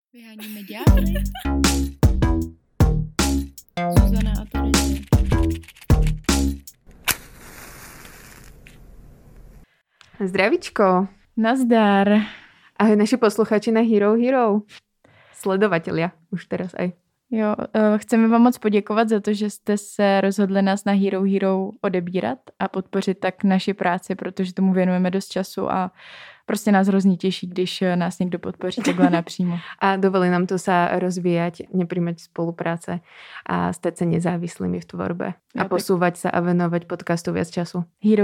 Vyháníme ďábly. Zuzana a Terezie. Zdravíčko. Nazdar. Ahoj naši posluchači na Hero Hero. Sledovatelia už teraz aj. Jo, chceme vám moc poděkovat za to, že jste se rozhodli nás na Hero Hero odebírat a podpořit tak naši práci, protože tomu věnujeme dost času a prostě nás hrozně těší, když nás někdo podpoří takhle napřímo. A dovolí nám to sa rozvíjať, nepríjmať spolupráce a stať sa nezávislými v tvorbe. A posúvať sa a venovať podcastu viac času.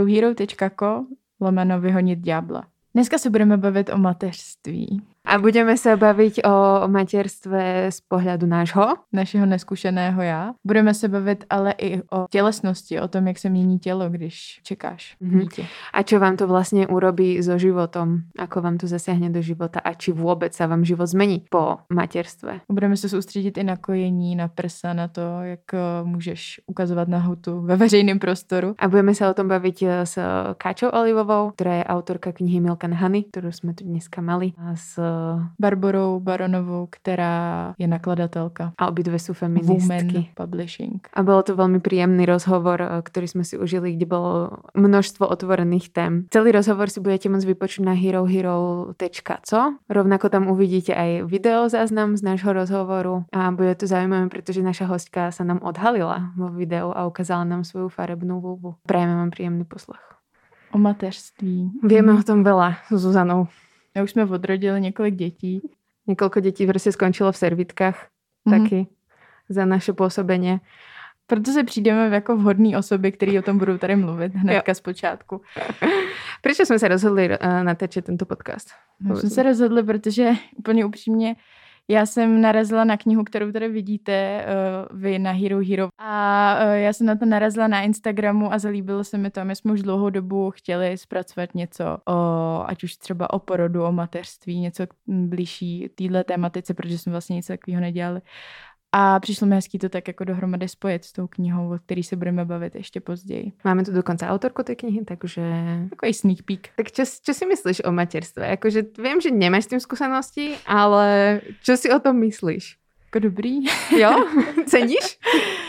herohero.co/vyhonit ďábla. Dneska se budeme bavit o mateřství. A budeme sa baviť o materstve z pohľadu našeho neskušeného já. Budeme se bavit ale i o tělesnosti, o tom, jak se mění tělo, když čekáš dítě. A čo vám to vlastne urobí so životom? Ako vám to zasiahne do života? A či vôbec sa vám život zmení po materstve? Budeme se soustředit i na kojení, na prsa, na to, jak můžeš ukazovat nahotu ve veřejném prostoru. A budeme sa o tom baviť s Káčou Olivovou, ktorá je autorka knihy Milk and Honey, ktorú sme tu dneska mali. A s Barborou Baronovou, která je nakladatelka. A obidve sú feministky. Women Publishing. A bolo to veľmi príjemný rozhovor, ktorý sme si užili, kde bolo množstvo otvorených tém. Celý rozhovor si budete môcť vypočuť na herohero.co. Rovnako tam uvidíte aj video záznam z nášho rozhovoru a bude to zaujímavé, pretože naša hostka sa nám odhalila vo videu a ukázala nám svoju farebnú vulvu. Prajeme vám príjemný poslech. O mateřství. Vieme o tom veľa s Zuzanou. A už jsme odrodili několik dětí. Několik dětí prostě skončilo v servitkách taky za naše působení. Proto se přijdeme jako vhodný osoby, který o tom budou tady mluvit hnedka z počátku. Proč jsme se rozhodli natáčet tento podcast? My jsme se rozhodli, protože úplně upřímně já jsem narazila na knihu, kterou tady vidíte vy na Hero Hero. A já jsem na to narazila na Instagramu a zalíbilo se mi to. My jsme už dlouhou dobu chtěli zpracovat něco, ať už třeba o porodu, o mateřství, něco blížší téhle tématice, protože jsme vlastně nic takového nedělali. A přišlo mi hezký to tak jako dohromady spojit s tou knihou, o který se budeme bavit ještě později. Máme tu dokonce autorku té knihy, takže... Takový sneak peek. Tak čo si myslíš o materstve? Akože vím, že nemáš s tým skúsenosti, ale čo si o tom myslíš? Jako dobrý. Jo? Ceníš?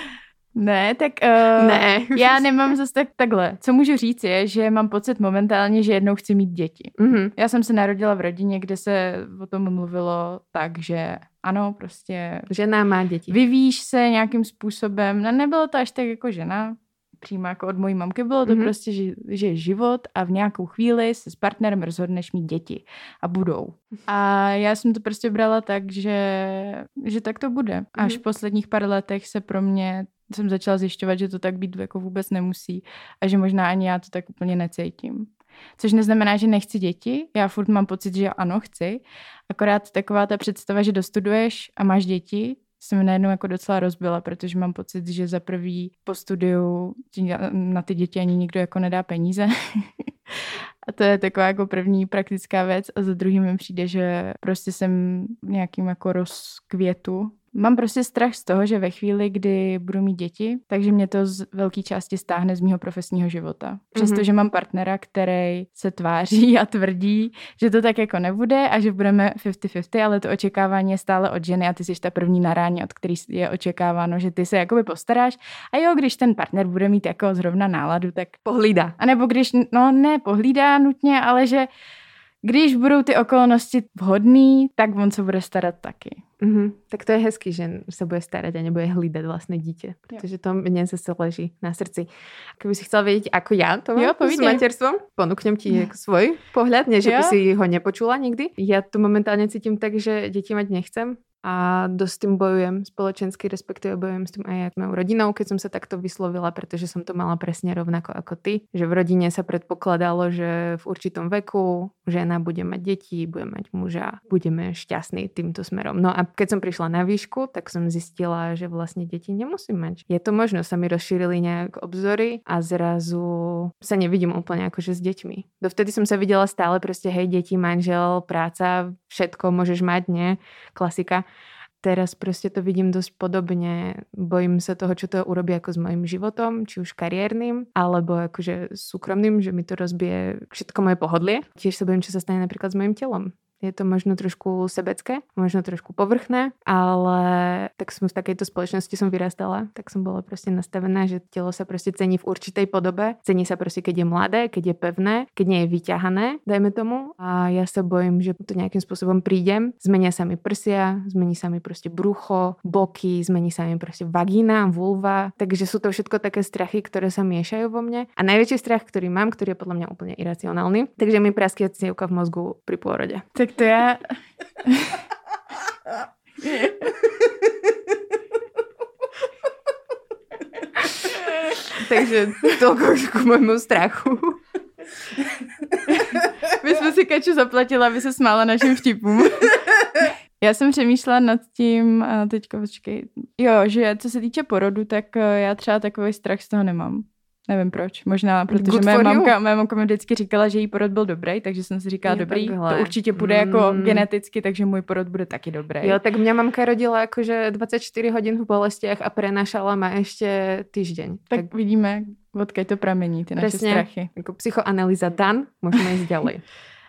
Ne, tak ne. Já nemám zase takhle. Co můžu říct je, že mám pocit momentálně, že jednou chci mít děti. Mm-hmm. Já jsem se narodila v rodině, kde se o tom mluvilo tak, že ano, prostě... Žena má děti. Vyvíjíš se nějakým způsobem. No, nebylo to až tak jako žena, přímo jako od mojí mamky. Bylo to prostě, že je život a v nějakou chvíli se s partnerem rozhodneš mít děti. A budou. A já jsem to prostě brala tak, že tak to bude. Až v posledních pár letech se pro mě jsem začala zjišťovat, že to tak být jako vůbec nemusí a že možná ani já to tak úplně necítím. Což neznamená, že nechci děti. Já furt mám pocit, že ano, chci. Akorát taková ta představa, že dostuduješ a máš děti, se mi najednou jako docela rozbila, protože mám pocit, že za prvý po studiu na ty děti ani nikdo jako nedá peníze. A to je taková jako první praktická věc. A za druhý mi přijde, že prostě jsem nějakým jako rozkvětu. Mám prostě strach z toho, že ve chvíli, kdy budu mít děti, takže mě to z velké části stáhne z mýho profesního života. Přestože mám partnera, který se tváří a tvrdí, že to tak jako nebude a že budeme 50-50, ale to očekávání je stále od ženy a ty jsi ta první na ráně, od který je očekáváno, že ty se jakoby postaráš a jo, když ten partner bude mít jako zrovna náladu, tak pohlídá. A nebo když, no ne pohlídá nutně, ale že když budou ty okolnosti vhodný, tak on se bude starat taky. Tak to je hezký, že sa bude starať a nebude hlídať vlastné dieťa, pretože to mne zase leží na srdci. Keby si chcela vedieť, ako ja to mám s materstvom, ponúknem ti svoj pohľad, nie že by si ho nepočula nikdy. Ja tu momentálne cítim tak, že deti mať nechcem a dosť s tým bojujem spoločensky, respektíve bojujem s tým aj mojou rodinou, keď som sa takto vyslovila, pretože som to mala presne rovnako ako ty, že v rodine sa predpokladalo, že v určitom veku žena bude mať deti, bude mať muža, budeme šťastní týmto smerom. No a keď som prišla na výšku, tak som zistila, že vlastne deti nemusím mať. Je to možno, sa mi rozšírili nejak obzory a zrazu sa nevidím úplne akože s deťmi. Dovtedy som sa videla stále proste, hej, deti, manžel, práca, všetko môžeš mať, nie? Klasika. Teraz proste to vidím dosť podobne. Bojím sa toho, čo to urobí ako s mojím životom, či už kariérnym, alebo akože súkromným, že mi to rozbije všetko moje pohodlie. Tiež sa bojím, čo sa stane napríklad s mojím telom. Je to možno trošku sebecké, možno trošku povrchné, ale tak som v takejto spoločnosti som vyrastala, tak som bola proste nastavená, že telo sa proste cení v určitej podobe. Cení sa proste, keď je mladé, keď je pevné, keď nie je vyťahané, dajme tomu. A ja sa bojím, že to nejakým spôsobom prídem. Zmenia sa mi prsia, zmení sa mi proste brucho, boky, zmení sa mi proste vagína, vulva. Takže sú to všetko také strachy, ktoré sa miešajú vo mne. A najväčší strach, ktorý mám, ktorý je podľa mňa úplne iracionálny, takže mi praskie cievka v mozgu pri pôrode. Tak to ja... Takže toľko k môjmu strachu. My jsme si Kaču zaplatila, aby se smála našim vtipům. Já jsem přemýšlela nad tím, teďka počkej, že co se týče porodu, tak já třeba takový strach z toho nemám. Nevím proč, možná protože moje mamka mi vždycky říkala, že jí porod byl dobrý, takže jsem si říkala, dobrý, takhle. To určitě bude jako geneticky, takže můj porod bude taky dobrý. Jo, tak mňa mamka rodila jakože 24 hodin v bolestiach a prenášala ma ještě týždeň. Tak vidíme, odkud to pramení, ty naše strachy. Jako psychoanalýza dan, můžeme jít ďalej.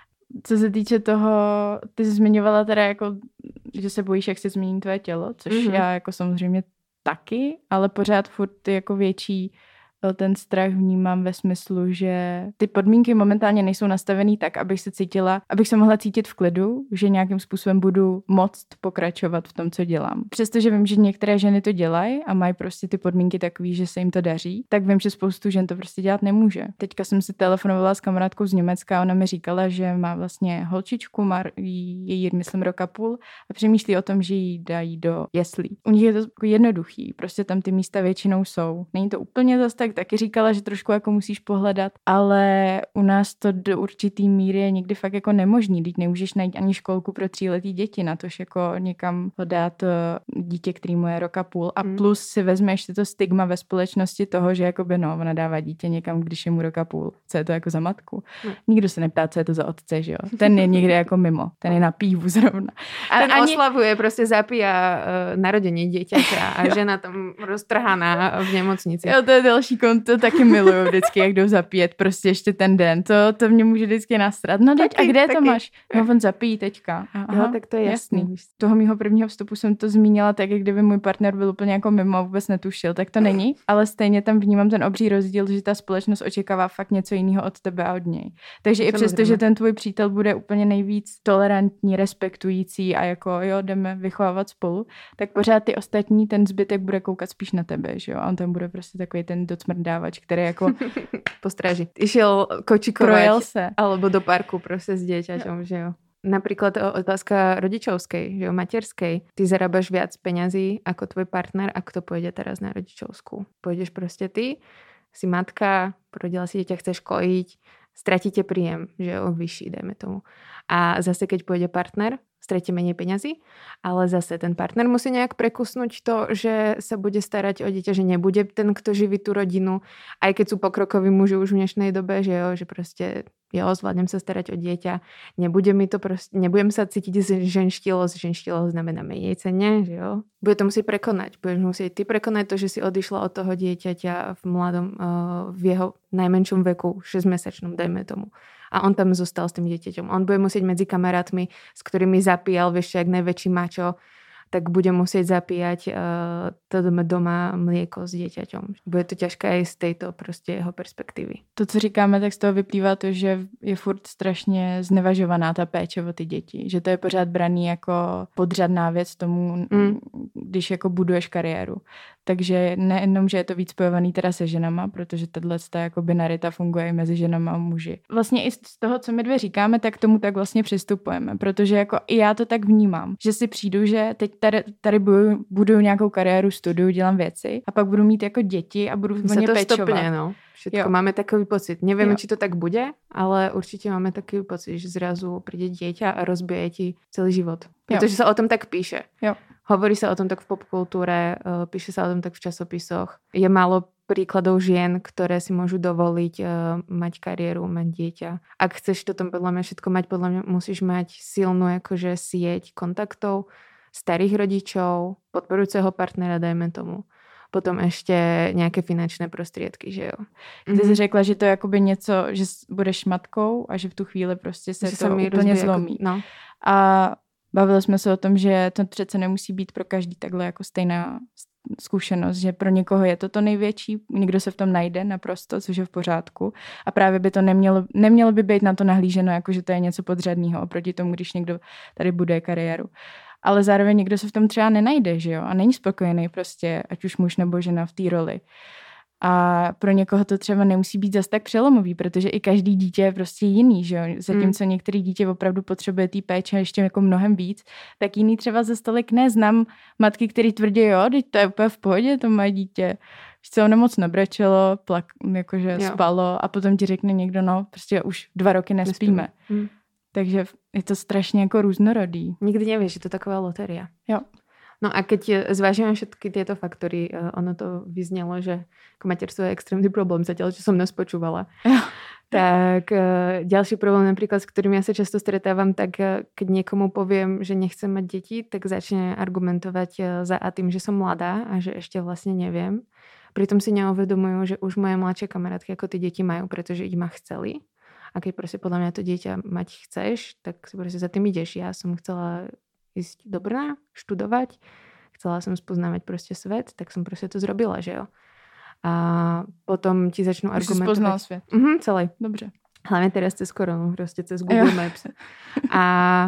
Co se týče toho, ty jsi zmiňovala teda jako, že se bojíš, jak se změní tvoje tělo, což já jako samozřejmě taky, ale pořád furt jako větší ten strach vnímám ve smyslu, že ty podmínky momentálně nejsou nastavený tak, abych se mohla cítit v klidu, že nějakým způsobem budu moct pokračovat v tom, co dělám. Přestože vím, že některé ženy to dělají a mají prostě ty podmínky takový, že se jim to daří, tak vím, že spoustu žen to prostě dělat nemůže. Teďka jsem si telefonovala s kamarádkou z Německa a ona mi říkala, že má vlastně holčičku, má její, myslím, 1,5 roku a přemýšlí o tom, že ji dají do jeslí. U nich je to jako jednoduchý, prostě tam ty místa většinou jsou. Není to úplně zas tak, taky říkala, že trošku jako musíš pohledat, ale u nás to do určitý míry je někdy fakt jako nemožný, teď nemůžeš najít ani školku pro 3letý děti, natož jako někam dát dítě, který mu je 1,5 roku a plus si vezmeš to stigma ve společnosti toho, že jakoby ona dává dítě někam, když je mu 1,5 roku. Co je to jako za matku? Nikdo se neptá, co je to za otce, že jo? Ten je někde jako mimo, ten je na pívu zrovna. A ten oslavuje, prostě zapíja narodení dieťaťa a žena tam roztrhaná v nemocnici. Jo, to je další to taky miluju vždycky, jak jdou zapíjet prostě ještě ten den. To mě může vždycky nasrat. No teď, a kde to máš? No on zapíjí teďka. Aha, jo, tak to je jasný. Toho mýho prvního vstupu jsem to zmínila tak, jak kdyby můj partner byl úplně jako mimo a vůbec netušil. Tak to není, ale stejně tam vnímám ten obří rozdíl, že ta společnost očekává fakt něco jiného od tebe a od něj. Takže i přesto, že ten tvůj přítel bude úplně nejvíc tolerantní, respektující a jako jdeme vychovávat spolu, tak pořád ty ostatní, ten zbytek bude koukat spíš na tebe, že jo? A on tam bude prostě takový ten docmrdávač, který jako postráži. Išiel kočikovať alebo do parku prostě s dieťaťom, že jo. Napríklad otázka rodičovskej, že jo, materskej. Ty zarábaš viac peňazí ako tvoj partner a kto pôjde teraz na rodičovskú? Pôjdeš prostě ty, si matka, porodila si dieťa, chceš kojiť, stratíte príjem, že jo, vyšší, dajme tomu. A zase keď pôjde partner, stratí menej peňazí, ale zase ten partner musí nejak prekusnúť to, že sa bude starať o dieťa, že nebude ten, kto živí tú rodinu, aj keď sú pokrokoví muži už v dnešnej dobe, že jo, že proste zvládnem sa starať o dieťa, nebudem sa cítiť ženštilosť, ženštilosť znamená menej cenne, že jo. Bude to musieť prekonať, budeš musieť ty prekonať to, že si odišla od toho dieťaťa v mladom, v jeho najmenšom veku, 6-mesačnom, dajme tomu. A on tam zostal s tým dieťaťom. On bude musieť medzi kamarátmi, s ktorými zapíjal, vieš, jak najväčší mačo, tak bude musieť zapíjať doma mlieko s dieťaťom. Bude to ťažké aj z tejto prostě jeho perspektivy. To, co říkáme, tak z toho vyplývá to, že je furt strašně znevažovaná ta péče o ty děti. Že to je pořád braný jako podřadná věc tomu, když jako buduješ kariéru. Takže nejenom, že je to víc spojovaný teda se ženama, protože tato jako binarita funguje i mezi ženama a muži. Vlastně i z toho, co my dvě říkáme, tak tomu tak vlastně přistupujeme, protože jako i já to tak vnímám, že si přijdu, že teď tady buduju nějakou kariéru, studuju, dělám věci a pak budu mít jako děti a budu o ně pečovat. Stopne, no. Všetko máme takový pocit. Nevieme, či to tak bude, ale určite máme takový pocit, že zrazu príde dieťa a rozbije ti celý život. Pretože sa o tom tak píše. Jo. Hovorí sa o tom tak v popkultúre, píše sa o tom tak v časopisoch. Je málo príkladov žien, ktoré si môžu dovoliť mať kariéru, mať dieťa. Ak chceš to tam podľa mňa všetko mať, podľa mňa musíš mať silnú akože sieť kontaktov, starých rodičov, podporujúceho partnera, dajme tomu. potom ešte nejaké finančné prostriedky, že jo. Ty jsi řekla, že to je jakoby něco, že budeš matkou a že v tu chvíli prostě se to úplně zlomí. Jako, no. A bavili jsme se o tom, že to přece nemusí být pro každý takhle jako stejná zkušenost, že pro někoho je to největší, někdo se v tom najde naprosto, což je v pořádku a právě by to nemělo by být na to nahlíženo, jako že to je něco podřadného oproti tomu, když někdo tady buduje kariéru. Ale zároveň někdo se v tom třeba nenajde, že jo, a není spokojený prostě, ať už muž nebo žena v té roli. A pro někoho to třeba nemusí být zas tak přelomový, protože i každý dítě je prostě jiný, že jo. Zatímco některý dítě opravdu potřebuje té péče ještě jako mnohem víc, tak jiný třeba ze stolik neznám matky, který tvrdí, jo, teď to je úplně v pohodě, to má dítě. Co ono moc nebrečelo, jakože spalo a potom ti řekne někdo, no, prostě už 2 roky nespíme. Takže je to strašně jako různorodý. Nikdy nevieš, že to taková lotéria. Jo. No a keď zvážime všetky tieto faktory, ono to vyznelo, že materstvo je extrémny problém, zatiaľ, čo som nás počúvala. Jo. Tak ďalší problém napríklad, s ktorým ja sa často stretávam, tak keď niekomu poviem, že nechcem mať deti, tak začne argumentovať za a tým, že som mladá a že ešte vlastne neviem. Pritom si neuvedomujú, že už moje mladšie kamarátky ako tie deti majú, pretože ich ma chceli. A keď proste podľa mňa to dieťa mať chceš, tak si proste za tým ideš. Ja som chcela ísť do Brna, študovať, chcela som spoznávať proste svet, tak som proste to zrobila, že jo. A potom ti začnú argumentovať. Už si spoznala svet. Celý. Dobře. Hlavne teraz cez koronu, proste cez Google Maps. A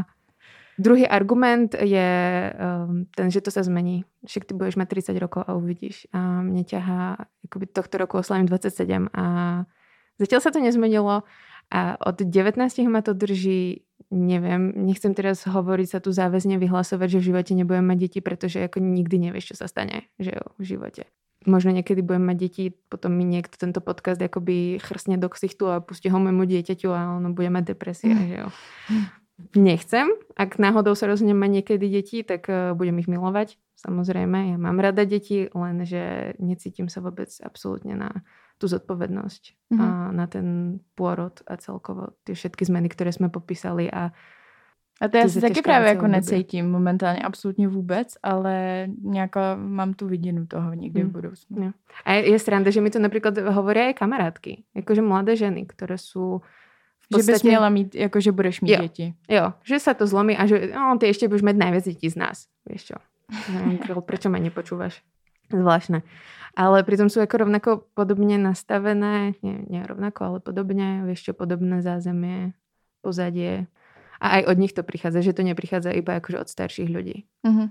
druhý argument je ten, že to sa zmení. Však ty budeš mať 30 rokov a uvidíš. A mne ťahá, akoby tohto roku oslavím 27 a zatiaľ sa to nezmenilo. A od 19 ma to drží, neviem, nechcem teraz hovoriť sa tu záväzne vyhlasovať, že v živote nebudem mať deti, pretože ako nikdy nevieš, čo sa stane, že jo, v živote. Možno niekedy budem mať deti, potom mi niekto tento podcast akoby chrsne do ksichtu a pustí ho môjmu dieťaťu a ono bude mať depresie, že jo. Nechcem, ak náhodou sa rozhodnem mať niekedy deti, tak budem ich milovať, samozrejme, ja mám rada deti, lenže necítim sa vôbec absolútne na tú zodpovednosť a na ten pôrod a celkovo tie všetky zmeny, ktoré sme popísali. A to já si taky právě jako necítím momentálně absolutně vůbec, ale nějaká mám tu vidinu toho někdy v budoucnu. Ja. A je sranda, že mi to napríklad hovoria aj kamarátky, jakože mladé ženy, ktoré sú v podstate... Že bys měla mít, jako že budeš mít děti. Jo, že sa to zlomí a že ty ešte budeš mať najviac detí z nás. Vieš čo? Prečo ma nepočúvaš? Zvláštne. Ale pritom sú ako rovnako podobne nastavené, nie rovnako, ale podobne, vieš čo, podobné zázemie, pozadie. A aj od nich to prichádza, že to neprichádza iba akože od starších ľudí.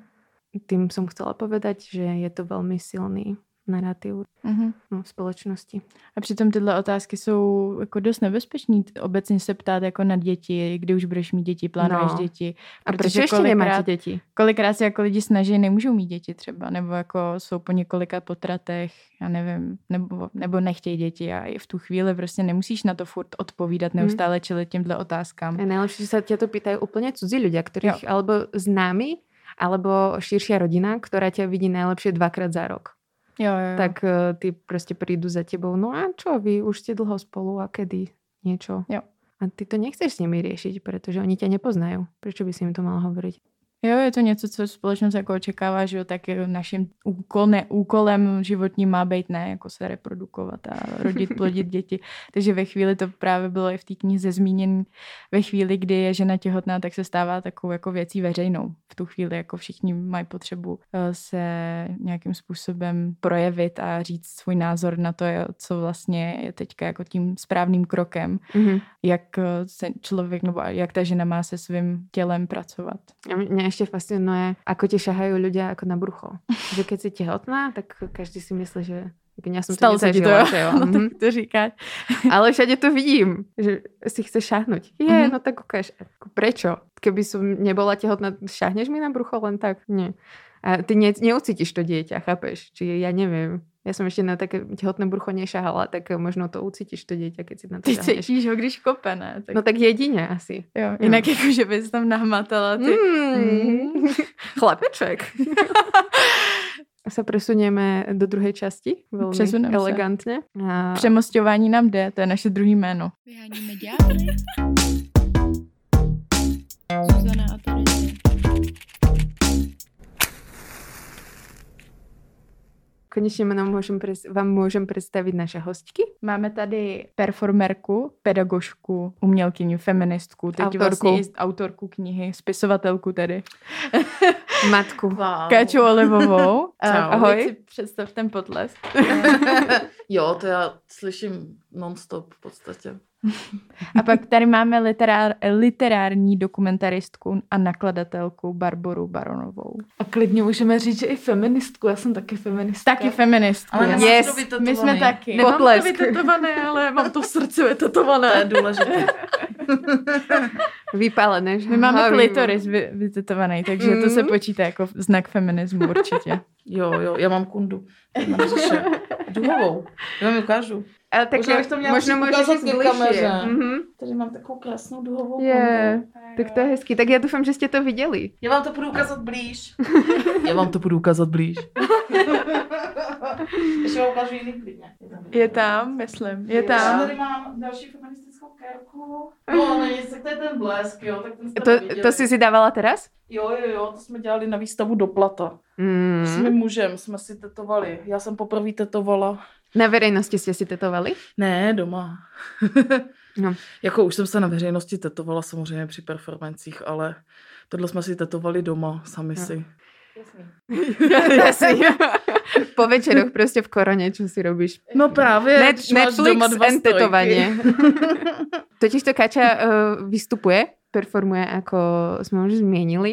Tým som chcela povedať, že je to veľmi silný narrativ v společnosti. A přitom tyhle otázky jsou jako dost nebezpečný. Obecně se ptát jako na děti, kdy už budeš mít děti, plánuješ děti. A proč ještě nemáte děti? Kolikrát se jako lidi snaží, nemůžou mít děti třeba, nebo jako jsou po několika potratech, já nevím, nebo nechtějí děti a i v tu chvíli prostě nemusíš na to furt odpovídat, neustále čelit těmhle otázkám. A nejlepší, že se tě to pýtají úplně cudzí ľudia, ktorých alebo známi, alebo širšia rodina, ktorá ťa vidí najlepšie 2-krát za rok. Jo. Tak ty prostě prídu za tebou. No a čo, vy už ste dlho spolu a kedy niečo. Jo. A ty to nechceš s nimi riešiť, pretože oni ťa nepoznajú. Prečo by si im to mal hovoriť? Jo, je to něco, co společnost jako očekává, že jo, tak naším úkolem životním má být ne, jako se reprodukovat a rodit, plodit děti. Takže ve chvíli, to právě bylo i v té knize zmíněné, ve chvíli, kdy je žena těhotná, tak se stává takovou jako věcí veřejnou. V tu chvíli jako všichni mají potřebu se nějakým způsobem projevit a říct svůj názor na to, co vlastně je teďka jako tím správným krokem, jak se člověk nebo jak ta žena má se svým tělem pracovat. Mňa ešte fascinuje, ako ti šahajú ľudia ako na brucho. Že keď si tehotná, tak každý si myslí, že ja som to nezažila. No tak to říkáš. Ale všade to vidím, že si chceš šahnuť. No tak ukáž. Prečo? Keby som nebola tehotná, šahneš mi na brucho len tak? Nie. A ty neucítiš to dieťa, chápeš? Čiže ja neviem. Ja som ešte na také tehotné brucho nešahala, tak možno to ucítiš to dieťa, keď si na to šahneš. Ty cítíš ho, když kope, ne? Tak... No tak jedine asi. Jo, jinak jako, že bys tam nahmatala ty... Chlapeček. Sa presunieme do druhej časti. Veľmi elegantne. A... Přemosťování nám jde, to je naše druhý jméno. Vyháníme ďábly. Zuzana a Terezie. Konečně vám můžem představit naše hostky. Máme tady performerku, pedagožku, umělkyni, feministku, teď autorku. Vlastně i autorku knihy, spisovatelku tedy. Matku. Wow. Káču Olivovou. Ahoj. Si představ ten potlesk. Jo, to já slyším non-stop v podstatě. A pak tady máme literární dokumentaristku a nakladatelku Barboru Baronovou. A klidně můžeme říct, že i feministku. Já jsem taky feministka. Taky feministka. Ale yes. My jsme taky. Nemám to vytetované, ale mám to v srdci vytetované. To je důležité. Vypálené. My máme klitoris vytetovaný, takže to se počítá jako znak feminismu určitě. Jo, já mám kundu. Duhovou. Já vám ji ukážu. Ale tak možná můžeš jít bližšie. Tady mám takovou krásnou duhovou kundu. Tak to je hezký. Tak já doufám, že jste to viděli. Já vám to budu ukázat blíž. Ještě vám ukážu jiný klidně. Je tam, myslím. Je tam. Já tady mám další feministickou kérku. No, ale to je ten blesk, jo. Tak ten to jsi si dávala teraz? Jo, to jsme dělali na výstavu do Plata. S mým mužem jsme si tetovali. Já jsem poprvé tetovala. Na veřejnosti jste si tetovali? Ne, doma. No. Jako už jsem se na veřejnosti tetovala samozřejmě při performancích, ale tohle jsme si tetovali doma, sami si. Jasný. Po večeroch prostě v koroně, čo si robíš? No právě. Netflix and tetovanie. Totiž to Kača vystupuje, performuje, ako sme už zmienili,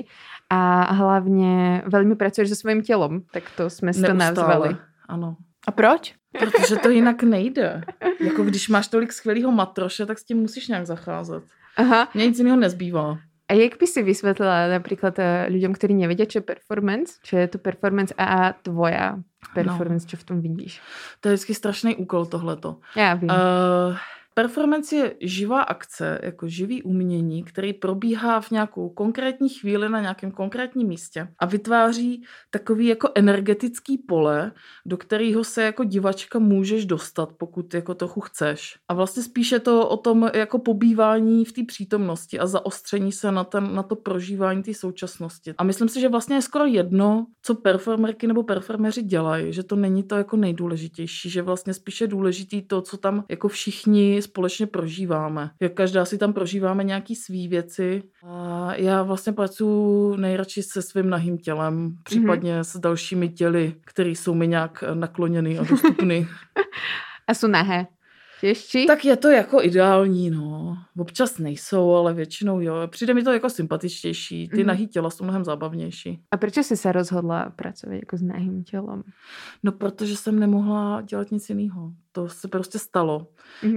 a hlavně velmi pracuješ se svým tělom, tak to jsme si to nazvali. Ano. A proč? Protože to jinak nejde. Jako když máš tolik skvělého matroše, tak s tím musíš nějak zacházet. Aha. Mně nic jiného nezbývá. A jak by si vysvětlila například ľuďom, ktorí nevedia, čo je performance? Čo je to performance a tvoja performance, čo v tom vidíš? To je vždycky strašný úkol tohleto. Já vím. Performance je živá akce, jako živý umění, který probíhá v nějakou konkrétní chvíli na nějakém konkrétním místě a vytváří takový jako energetický pole, do kterého se jako divačka můžeš dostat, pokud jako trochu chceš. A vlastně spíš je to o tom jako pobývání v té přítomnosti a zaostření se na to prožívání té současnosti. A myslím si, že vlastně je skoro jedno, co performerky nebo performeři dělají, že to není to jako nejdůležitější, že vlastně spíš je důležitý to, co tam jako všichni společně prožíváme. Jak každá si tam prožíváme nějaký svý věci. A já vlastně pracuji nejradši se svým nahým tělem, případně s dalšími těly, které jsou mi nějak nakloněny a dostupny. A jsou nahé. Ještě? Tak je to jako ideální, no. Občas nejsou, ale většinou jo. Přijde mi to jako sympatičtější. Ty nahý těla jsou mnohem zábavnější. A proč jsi se rozhodla pracovat jako s nahým tělem? No, protože jsem nemohla dělat nic jiného. To se prostě stalo.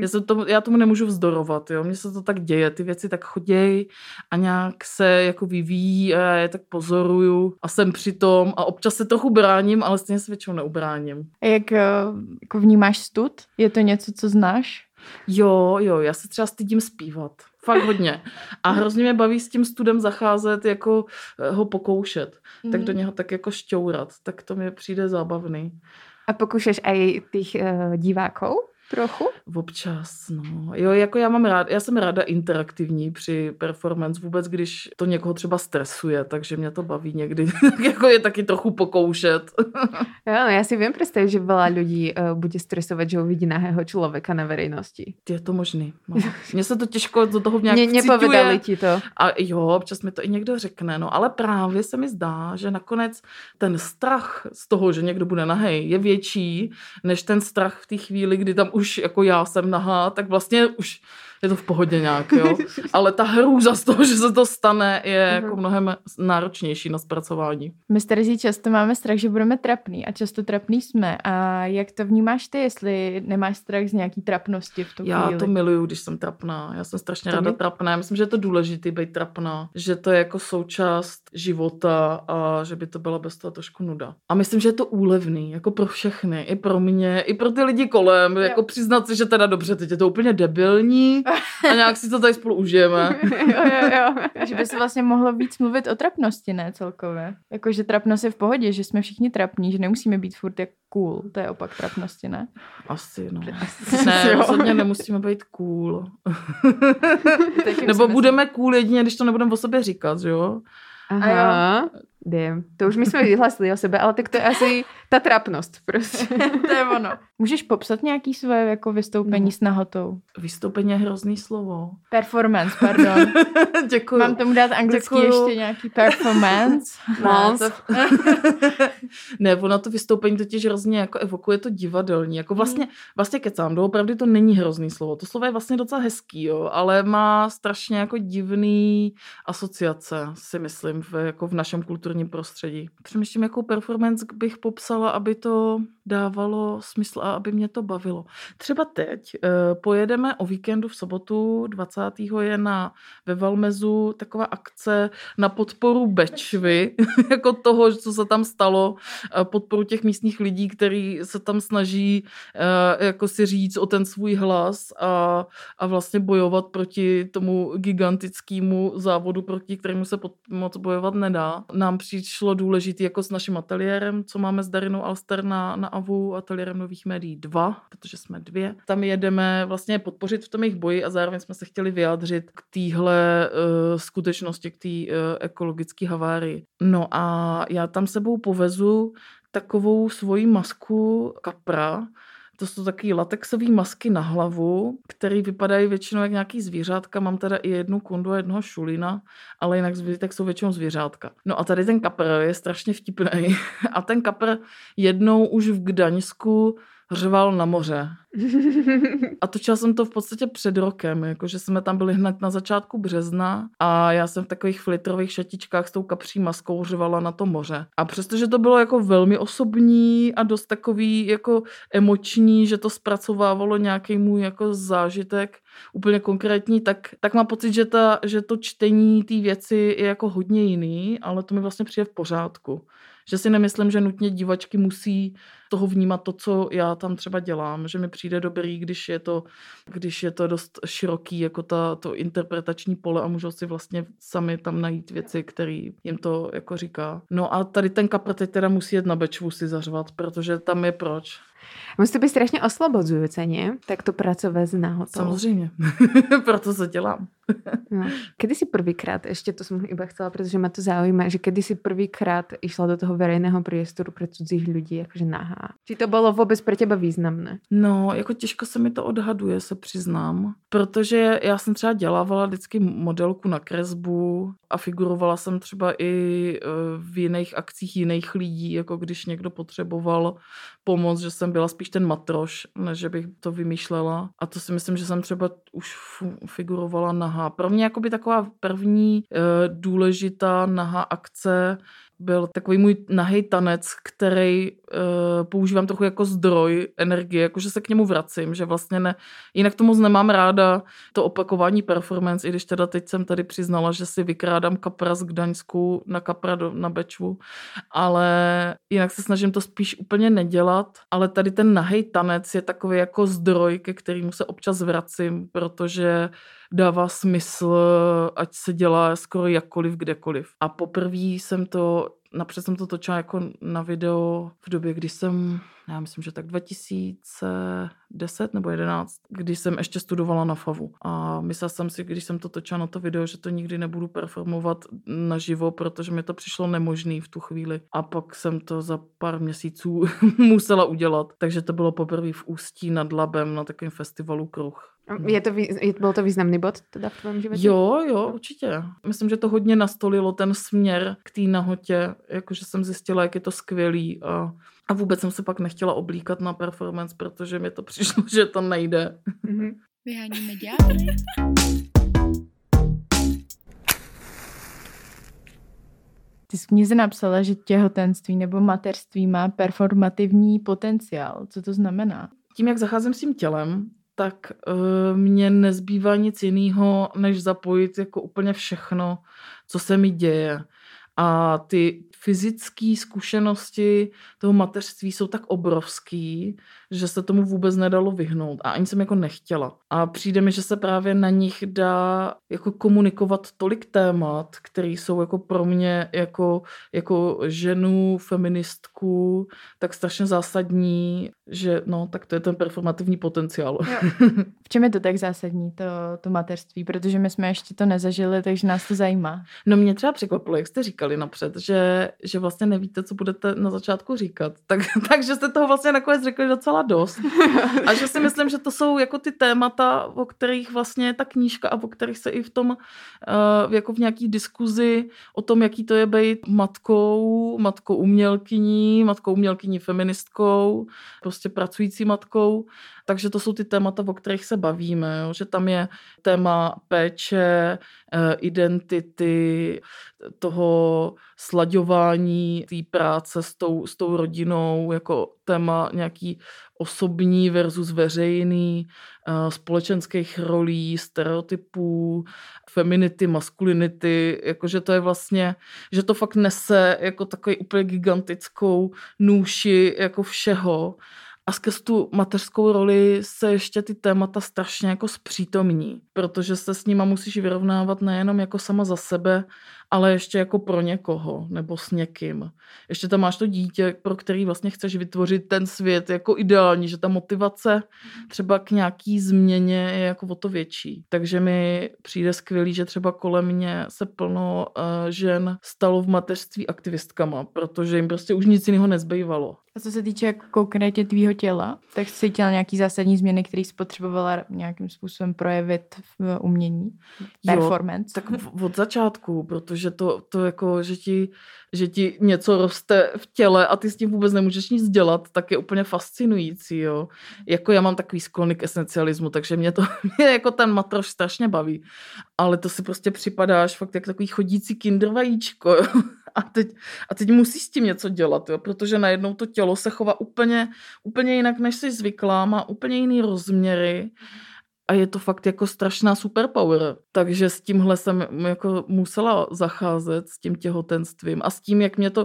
Já tomu nemůžu vzdorovat, jo. Mně se to tak děje, ty věci tak choděj a nějak se jako vyvíjí a já je tak pozoruju a jsem při tom a občas se trochu bráním, ale stejně se většinou neubráním. A jak jako vnímáš stud? Je to něco, co znáš? Jo, já se třeba stydím zpívat. Fakt hodně. A hrozně mě baví s tím studem zacházet, jako ho pokoušet. Tak do něho tak jako šťourat. Tak to mi přijde zábavný. A pokúšaš aj tých divákov trochu? Občas, no. Jo, jako já jsem ráda interaktivní při performance, vůbec když to někoho třeba stresuje, takže mě to baví někdy, jako je taky trochu pokoušet. Jo, já si vím představit, že veľa ľudí bude stresovat, že uvidí nahého člověka na verejnosti. Je to možný. No. Mně se to těžko do toho nějak vcituje. Nepovedali ti to. A jo, občas mi to i někdo řekne, no, ale právě se mi zdá, že nakonec ten strach z toho, že někdo bude nahej, je větší, než ten strach v té chvíli, kdy tam už jako já jsem nahá, tak vlastně už je to v pohodě nějak, jo. Ale ta hrůza z toho, že se to stane, je jako mnohem náročnější na zpracování. My s Terezí často máme strach, že budeme trapný a často trapný jsme. A jak to vnímáš ty, jestli nemáš strach z nějaký trapnosti v tu chvíli? Já to miluju, když jsem trapná. Já jsem strašně ráda trapná. Já myslím, že je to důležité být trapná. Že to je jako součást života a že by to byla bez toho trošku nuda. A myslím, že je to úlevný, jako pro všechny. I pro mě, i pro ty lidi kolem. Jako přiznat si, že teda dobře, teď je to úplně debilní a nějak si to tady spolu užijeme. Jo. Že by se vlastně mohlo víc mluvit o trapnosti, ne celkově. Jako, že trapnost je v pohodě, že jsme všichni trapní, že nemusíme být furt jak cool. To je opak trapnosti, ne? Asi, no. Ne, rozhodně nemusíme být cool. Nebo budeme cool jedině, když to nebudeme o sobě říkat, že jo? Aha. To už my jsme vyhlásili o sebe, ale tak to je asi ta trapnost prostě. To je ono. Můžeš popsat nějaký své jako vystoupení s nahotou? Vystoupení je hrozný slovo. Performance, pardon. Děkuju. Mám tomu dát anglicky ještě nějaký performance? Ne, ono to vystoupení totiž hrozně jako evokuje to divadelní. Jako vlastně kecám, doopravdy to není hrozný slovo. To slovo je vlastně docela hezký, jo, ale má strašně jako divný asociace, si myslím, jako v našem kulturním prostředí. Přemýšlím, jakou performance bych popsala, aby to dávalo smysl a aby mě to bavilo. Třeba teď pojedeme o víkendu v sobotu 20. je ve Valmezu taková akce na podporu Bečvy, jako toho, co se tam stalo, podporu těch místních lidí, kteří se tam snaží jako si říct o ten svůj hlas a vlastně bojovat proti tomu gigantickému závodu, proti kterému se moc bojovat nedá. Nám přišlo důležitý jako s naším ateliérem, co máme s Darinou Alster na AVU, ateliérem Nových médií 2, protože jsme 2. Tam jedeme vlastně podpořit v tom jejich boji a zároveň jsme se chtěli vyjádřit k téhle skutečnosti, k té ekologické havárii. No a já tam sebou povezu takovou svoji masku kapra. To jsou taky latexové masky na hlavu, které vypadají většinou jak nějaký zvířátka. Mám teda i jednu kundu a jednoho šulina, ale jinak zbytek jsou většinou zvířátka. No a tady ten kapr je strašně vtipný. A ten kapr jednou už v Gdaňsku řval na moře. A točila jsem to v podstatě před rokem, jakože jsme tam byli hned na začátku března a já jsem v takových flitrových šatičkách s tou kapří maskou řvala na to moře. A přestože to bylo jako velmi osobní a dost takový jako emoční, že to zpracovávalo nějaký můj jako zážitek úplně konkrétní, tak mám pocit, že to čtení té věci je jako hodně jiný, ale to mi vlastně přijde v pořádku. Že si nemyslím, že nutně divačky musí toho vnímat to, co já tam třeba dělám, že mi přijde dobrý, když je to dost široký, jako to interpretační pole a můžou si vlastně sami tam najít věci, které jim to jako říká. No a tady ten kapr teď teda musí jet na Bečvu si zařvat, protože tam je proč. Musí to být strašně oslobodzujúce, nie? Tak to pracovat s nahotou. Samozřejmě. Proto to dělám. No. Kedy si prvýkrát, ešte to som iba chcela, pretože ma to zaujíma, že kedy si prvýkrát išla do toho verejného priestoru pre cudzích ľudí, akože nahá. Či to bylo vůbec pro teba významné? No, jako těžko se mi to odhaduje, se přiznám, protože já jsem třeba dělávala vždycky modelku na kresbu a figurovala jsem třeba i v jiných akcích jiných lidí, jako když někdo potřeboval pomoc, že jsem byla spíš ten matroš, než že bych to vymýšlela. A to si myslím, že jsem třeba už figurovala nahá. Pro mě jakoby taková první důležitá nahá akce byl takový můj nahej tanec, který používám trochu jako zdroj energie, jakože se k němu vracím, že vlastně jinak to moc nemám ráda, to opakování performance, i když teda teď jsem tady přiznala, že si vykrádám kapra z Gdaňsku na kapra na Bečvu, ale jinak se snažím to spíš úplně nedělat, ale tady ten nahej tanec je takový jako zdroj, ke kterému se občas vracím, protože dává smysl, ať se dělá skoro jakkoliv, kdekoliv. A poprvé napřed jsem to točila jako na video v době, kdy jsem, já myslím, že tak 2010 nebo 2011, když jsem ještě studovala na FAVu. A myslela jsem si, když jsem to točila na to video, že to nikdy nebudu performovat naživo, protože mi to přišlo nemožný v tu chvíli. A pak jsem to za pár měsíců musela udělat. Takže to bylo poprvé v Ústí nad Labem na takovém festivalu Kruh. Byl to významný bod teda v tvém životě? Jo, určitě. Myslím, že to hodně nastolilo ten směr k té nahotě, jakože jsem zjistila, jak je to skvělý a vůbec jsem se pak nechtěla oblíkat na performance, protože mi to přišlo, že to nejde. Mm-hmm. Vyháníme ďábly. Ty jsi v knize napsala, že těhotenství nebo mateřství má performativní potenciál. Co to znamená? Tím, jak zacházím s tím tělem, tak mně nezbývá nic jiného, než zapojit jako úplně všechno, co se mi děje. A ty fyzické zkušenosti toho mateřství jsou tak obrovský, že se tomu vůbec nedalo vyhnout. A ani jsem jako nechtěla. A přijde mi, že se právě na nich dá jako komunikovat tolik témat, které jsou jako pro mě jako ženu, feministku, tak strašně zásadní, že no, tak to je ten performativní potenciál. V čem je to tak zásadní, to mateřství? Protože my jsme ještě to nezažili, takže nás to zajímá. No mě třeba překvapilo, jak jste říkali napřed, že že vlastně nevíte, co budete na začátku říkat. Takže jste toho vlastně nakonec řekli docela dost. A že si myslím, že to jsou jako ty témata, o kterých vlastně je ta knížka a o kterých se i v tom, jako v nějaký diskuzi o tom, jaký to je být matkou umělkyní, feministkou, prostě pracující matkou. Takže to jsou ty témata, o kterých se bavíme, jo? Že tam je téma péče, identity, toho slaďování té práce s tou rodinou, jako téma nějaký osobní versus veřejný, společenských rolí, stereotypů, feminity, maskulinity, jakože to je vlastně, že to fakt nese jako takový úplně gigantickou nůši jako všeho. A skrz tu mateřskou roli se ještě ty témata strašně jako zpřítomní, protože se s nima musíš vyrovnávat nejenom jako sama za sebe, ale ještě jako pro někoho nebo s někým. Ještě tam máš to dítě, pro který vlastně chceš vytvořit ten svět jako ideální, že ta motivace třeba k nějaký změně je jako o to větší. Takže mi přijde skvělý, že třeba kolem mě se plno žen stalo v mateřství aktivistkama, protože jim prostě už nic jiného nezbývalo. A co se týče jako konkrétně tvýho těla, tak jsi cítila nějaký zásadní změny, které jsi potřebovala nějakým způsobem projevit v umění? Performance? Jo, tak od začátku, protože to jako, že ti něco roste v těle a ty s tím vůbec nemůžeš nic dělat, tak je úplně fascinující, jo. Jako já mám takový sklony k esencialismu, takže mě jako ten matroš strašně baví. Ale to si prostě připadáš fakt jak takový chodící kindervajíčko, jo. A teď musíš s tím něco dělat, jo, protože najednou to tělo se chová úplně jinak, než jsi zvyklá, má úplně jiný rozměry a je to fakt jako strašná superpower. Takže s tímhle jsem jako musela zacházet s tím těhotenstvím a s tím, jak mě to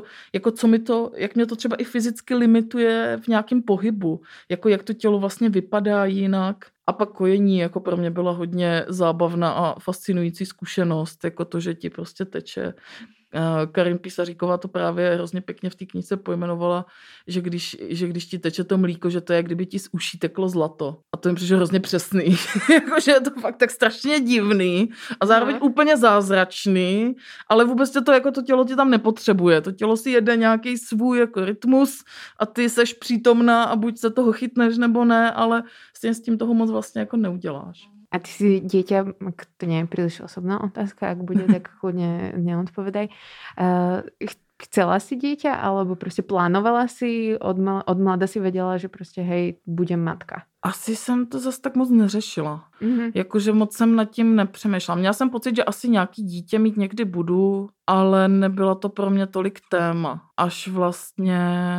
třeba i fyzicky limituje v nějakém pohybu, jako jak to tělo vlastně vypadá jinak. A pak kojení jako pro mě byla hodně zábavná a fascinující zkušenost, jako to, že ti prostě teče. Karin Písaříková to právě hrozně pěkně v té knize pojmenovala, že když ti teče to mlíko, že to je, jak kdyby ti z uší teklo zlato. A to jim přišlo hrozně přesný. Jakože je to fakt tak strašně divný a zároveň úplně zázračný, ale vůbec to tělo ti tam nepotřebuje. To tělo si jede nějaký svůj jako rytmus a ty seš přítomná a buď se toho chytneš nebo ne, ale s tím toho moc vlastně jako neuděláš. A ty si dieťa, ak to nie je príliš osobná otázka, ak bude, tak chudne neodpovedaj. Chcela si dieťa, alebo prostě plánovala si, od mlada si vedela, že prostě hej, budem matka? Asi jsem to zase tak moc neřešila. Jakože moc jsem nad tím nepřemýšlela. Měla jsem pocit, že asi nějaký dítě mít někdy budu, ale nebyla to pro mě tolik téma. Až vlastně...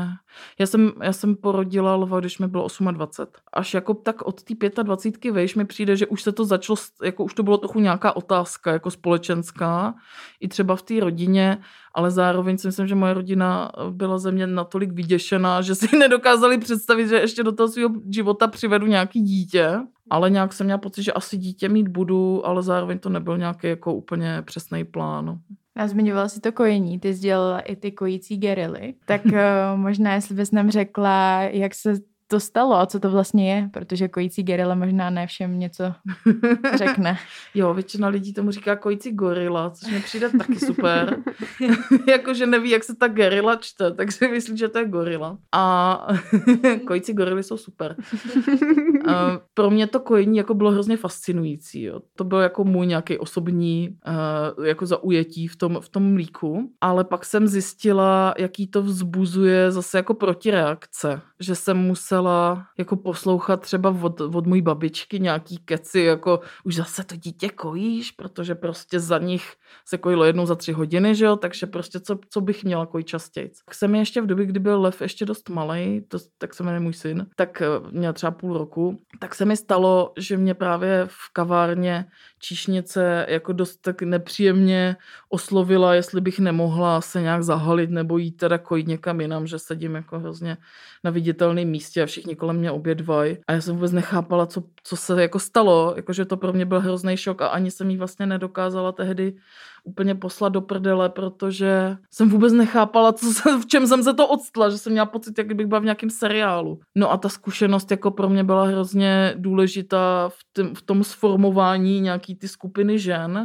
Já jsem porodila Lva, když mi bylo 28. Až jako tak od té 25 vejš mi přijde, že už se to začalo, jako už to bylo trochu nějaká otázka jako společenská, i třeba v té rodině, ale zároveň si myslím, že moje rodina byla ze mě natolik vyděšená, že si nedokázali představit, že ještě do toho svého života přivedu nějaký dítě. Ale nějak jsem měla pocit, že asi dítě mít budu, ale zároveň to nebyl nějaký jako úplně přesný plán. A zmiňovala si to kojení, ty sdělala i ty kojící gerily. Tak možná, jestli bys nám řekla, jak se to stalo a co to vlastně je, protože kojící gerila možná ne všem něco řekne. Jo, většina lidí tomu říká kojící gorila, což mi přijde taky super. Jakože neví, jak se ta gerila čte, tak si myslí, že to je gorila. A kojící gorily jsou super. Pro mě to kojení jako bylo hrozně fascinující. Jo. To bylo jako můj nějaký osobní jako zaujetí v tom mlíku. Ale pak jsem zjistila, jaký to vzbuzuje zase jako protireakce. Že jsem musela jako poslouchat třeba od mojí babičky nějaký keci, jako už zase to dítě kojíš, protože prostě za nich se kojilo jednou za 3 hodiny, že jo, takže prostě co bych měla kojit častěji. Tak jsem mi ještě v době, kdy byl Lev ještě dost malej, tak se jmenuje můj syn, tak měl třeba půl roku, tak se mi stalo, že mě právě v kavárně číšnice jako dost tak nepříjemně oslovila, jestli bych nemohla se nějak zahalit nebo jít teda kojit někam jinam, že sedím jako hrozně na viditelném místě a všichni kolem mě obědvají. A já jsem vůbec nechápala, co se jako stalo, jakože to pro mě byl hrozný šok a ani jsem jí vlastně nedokázala tehdy úplně poslat do prdele, protože jsem vůbec nechápala, v čem jsem se to odstla, že jsem měla pocit, jak bych byla v nějakém seriálu. No a ta zkušenost jako pro mě byla hrozně důležitá v tom sformování nějaký ty skupiny žen,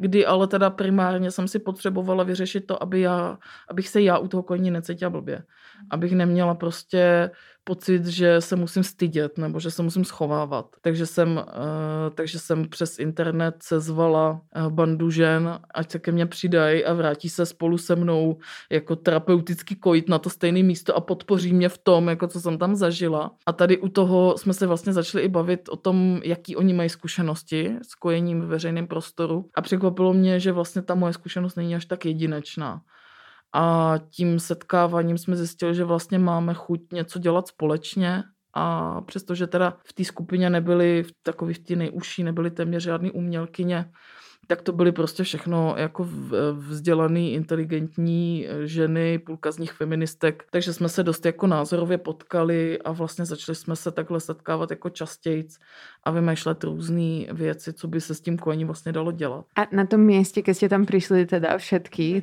kdy ale teda primárně jsem si potřebovala vyřešit to, abych se já u toho kojení necítila blbě. Abych neměla prostě pocit, že se musím stydět nebo že se musím schovávat. Takže jsem přes internet sezvala bandu žen, ať se ke mně přidají a vrátí se spolu se mnou jako terapeutický kojit na to stejné místo a podpoří mě v tom, jako co jsem tam zažila. A tady u toho jsme se vlastně začali i bavit o tom, jaký oni mají zkušenosti s kojením v veřejném prostoru. A překvapilo mě, že vlastně ta moje zkušenost není až tak jedinečná. A tím setkáváním jsme zjistili, že vlastně máme chuť něco dělat společně a přestože teda v té skupině nebyly takový v té nejužší, nebyly téměř žádný umělkyně, tak to byly prostě všechno jako vzdělaný, inteligentní ženy, půlka z nich feministek, takže jsme se dost jako názorově potkali a vlastně začali jsme se takhle setkávat jako častějc a vymýšlet různé věci, co by se s tím kojením vlastně dalo dělat. A na tom místě, když jste tam přišli teda všetky,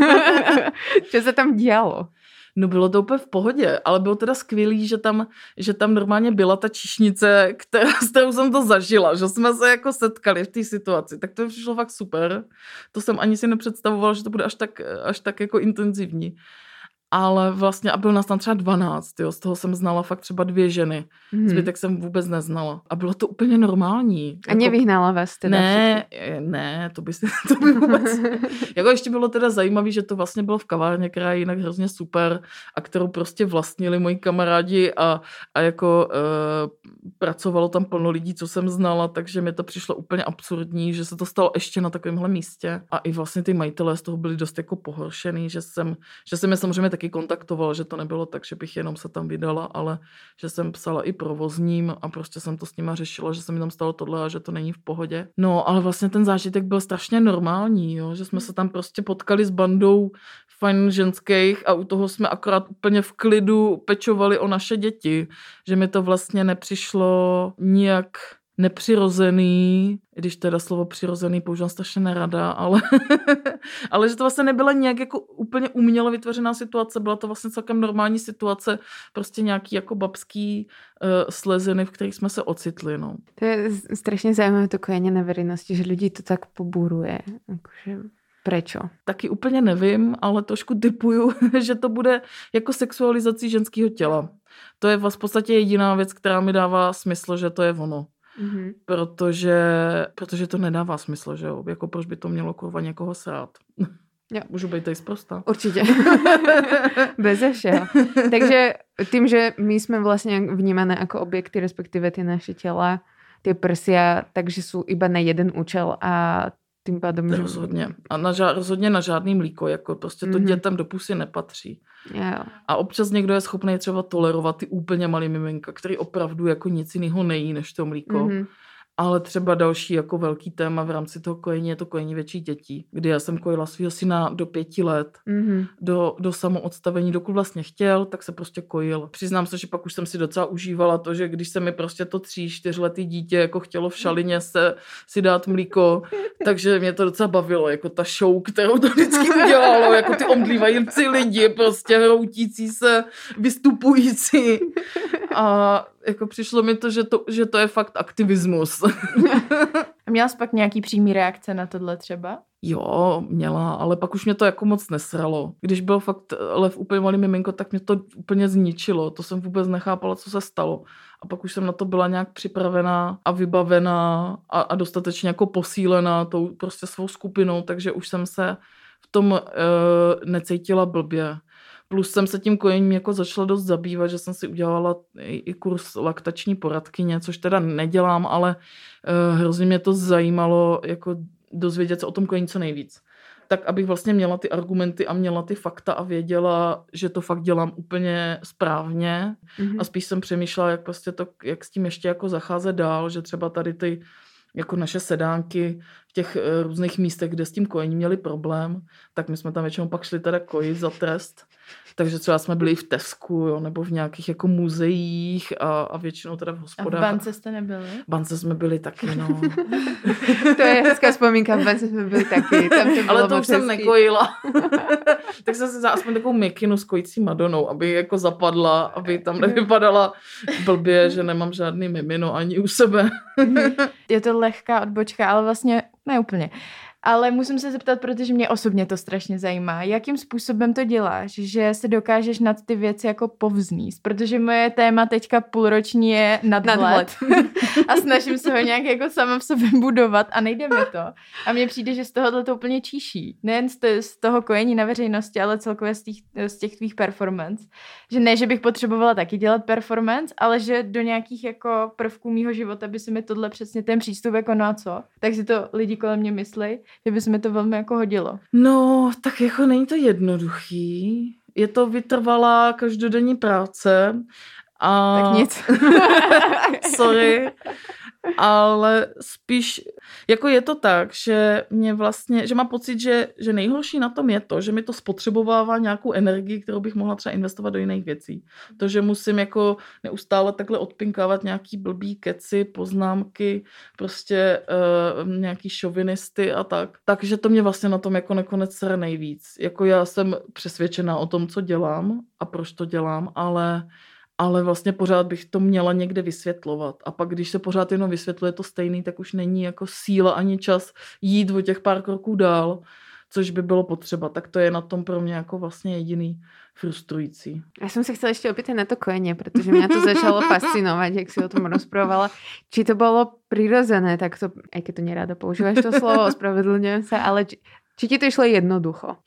co se tam dělo? No bylo to úplně v pohodě, ale bylo teda skvělý, že tam normálně byla ta číšnice, s kterou jsem to zažila, že jsme se jako setkali v té situaci. Tak to přišlo fakt super. To jsem ani si nepředstavovala, že to bude až tak jako intenzivní. Ale vlastně, a bylo nás tam třeba 12, jo, z toho jsem znala fakt třeba 2 ženy. Zbytek jsem vůbec neznala. A bylo to úplně normální. A nevyhnala vás teda? Ne, to by vůbec... Jako ještě bylo teda zajímavé, že to vlastně bylo v kavárně, která je jinak hrozně super a kterou prostě vlastnili moji kamarádi a jako pracovalo tam plno lidí, co jsem znala, takže mi to přišlo úplně absurdní, že se to stalo ještě na takovémhle místě. A i vlastně ty majitelé z toho byli dost jako pohoršený, že jsem je samozřejmě taky kontaktovala, že to nebylo tak, že bych jenom se tam vydala, ale že jsem psala i provozním a prostě jsem to s nima řešila, že se mi tam stalo tohle a že to není v pohodě. No, ale vlastně ten zážitek byl strašně normální, jo? Že jsme se tam prostě potkali s bandou fajn ženských a u toho jsme akorát úplně v klidu pečovali o naše děti, že mi to vlastně nepřišlo nijak nepřirozený, když teda slovo přirozený používám strašně nerada, ale že to vlastně nebyla nějak jako úplně uměle vytvořená situace, byla to vlastně celkem normální situace, prostě nějaký jako babský sleziny, v kterých jsme se ocitli. No. To je strašně zajímavé to kojenie na verejnosti, že lidi to tak pobúruje. Akože prečo? Taky úplně nevím, ale trošku tipuju, že to bude jako sexualizací ženského těla. To je v podstatě jediná věc, která mi dává smysl, že to je ono. Mm-hmm. Protože to nedává smysl, že jo? Jako proč by to mělo kurva někoho srát? Jo. Můžu být tady sprostá. Určitě. Beze všeho. Takže tým, že my jsme vlastně vnímané jako objekty, respektive ty naše těla, ty prsia, takže jsou iba na jeden účel a tím pádem... Rozhodně. A rozhodně na žádný mlíko, jako prostě to dětem do pusy nepatří. Jo. A občas někdo je schopný třeba tolerovat ty úplně malý miminka, který opravdu jako nic jiného nejí než to mlíko. Mm-hmm. Ale třeba další jako velký téma v rámci toho kojení je to kojení větších dětí, kdy já jsem kojila svýho syna do 5 let, do samoodstavení, dokud vlastně chtěl, tak se prostě kojil. Přiznám se, že pak už jsem si docela užívala to, že když se mi prostě to 3-4letý dítě jako chtělo v šalině si dát mlíko, takže mě to docela bavilo, jako ta show, kterou to vždycky udělalo, jako ty omdlívající lidi, prostě hroutící se, vystupující. A jako přišlo mi to, že to je fakt aktivismus. A měla jsi pak nějaký přímý reakce na tohle třeba? Jo, měla, ale pak už mě to jako moc nesralo. Když byl fakt lev úplně malý miminko, tak mě to úplně zničilo. To jsem vůbec nechápala, co se stalo. A pak už jsem na to byla nějak připravená a vybavená a dostatečně jako posílená tou prostě svou skupinou, takže už jsem se v tom necítila blbě. Plus jsem se tím kojením jako začala dost zabývat, že jsem si udělala i kurz laktační poradkyně, což teda nedělám, ale hrozně mě to zajímalo jako dozvědět se o tom kojení co nejvíc. Tak abych vlastně měla ty argumenty a měla ty fakta a věděla, že to fakt dělám úplně správně. Mm-hmm. A spíš jsem přemýšlela, jak s tím ještě jako zacházet dál, že třeba tady ty jako naše sedánky v těch různých místech, kde s tím kojením měli problém, tak my jsme tam většinou pak šli teda kojit za trest. Takže třeba jsme byli v Tesku, jo, nebo v nějakých jako muzeích a většinou teda v hospodách. A v bance jste nebyli? V bance jsme byli taky, no. To je hezká vzpomínka, v bance jsme byli taky. Tam to ale to už jsem nekojila. Tak jsem si vzala aspoň takovou mikinu s kojící Madonou, aby jako zapadla, aby tam nevypadala blbě, že nemám žádný mimino ani u sebe. Je to lehká odbočka, ale vlastně ne úplně. Ale musím se zeptat, protože mě osobně to strašně zajímá. Jakým způsobem to děláš, že se dokážeš nad ty věci jako povzníst? Protože moje téma teďka půlroční je nadhled. A snažím se ho nějak jako sama v sobě budovat a nejde mi to. A mně přijde, že z tohohle to úplně číší. Nejen z toho kojení na veřejnosti, ale celkově z těch tvých performance. Že ne, že bych potřebovala taky dělat performance, ale že do nějakých jako prvků mýho života by se mi tohle přesně ten přístup jako no a co. Tak si to lidi kolem mě myslí, že by se mi to velmi jako hodilo. No, tak jako není to jednoduchý. Je to vytrvalá každodenní práce. A... Tak nic. Sorry. Ale spíš, jako je to tak, že mě vlastně, že mám pocit, že nejhorší na tom je to, že mi to spotřebovává nějakou energii, kterou bych mohla třeba investovat do jiných věcí. To, že musím jako neustále takhle odpinkávat nějaký blbý keci, poznámky, prostě nějaký šovinisty a tak. Takže to mě vlastně na tom jako nakonec sere nejvíc. Jako já jsem přesvědčená o tom, co dělám a proč to dělám, ale vlastně pořád bych to měla někde vysvětlovat. A pak, když se pořád jenom vysvětluje to stejný, tak už není jako síla ani čas jít o těch pár kroků dál, což by bylo potřeba. Tak to je na tom pro mě jako vlastně jediný frustrující. Já jsem se chcela ještě opýtať na to kojenie, protože mě to začalo fascinovat, jak si o tom rozprávala. Či to bylo přirozené, tak to, aj keď to nerada používáš to slovo, ospravedlňujem se, ale či ti to išlo jednoducho?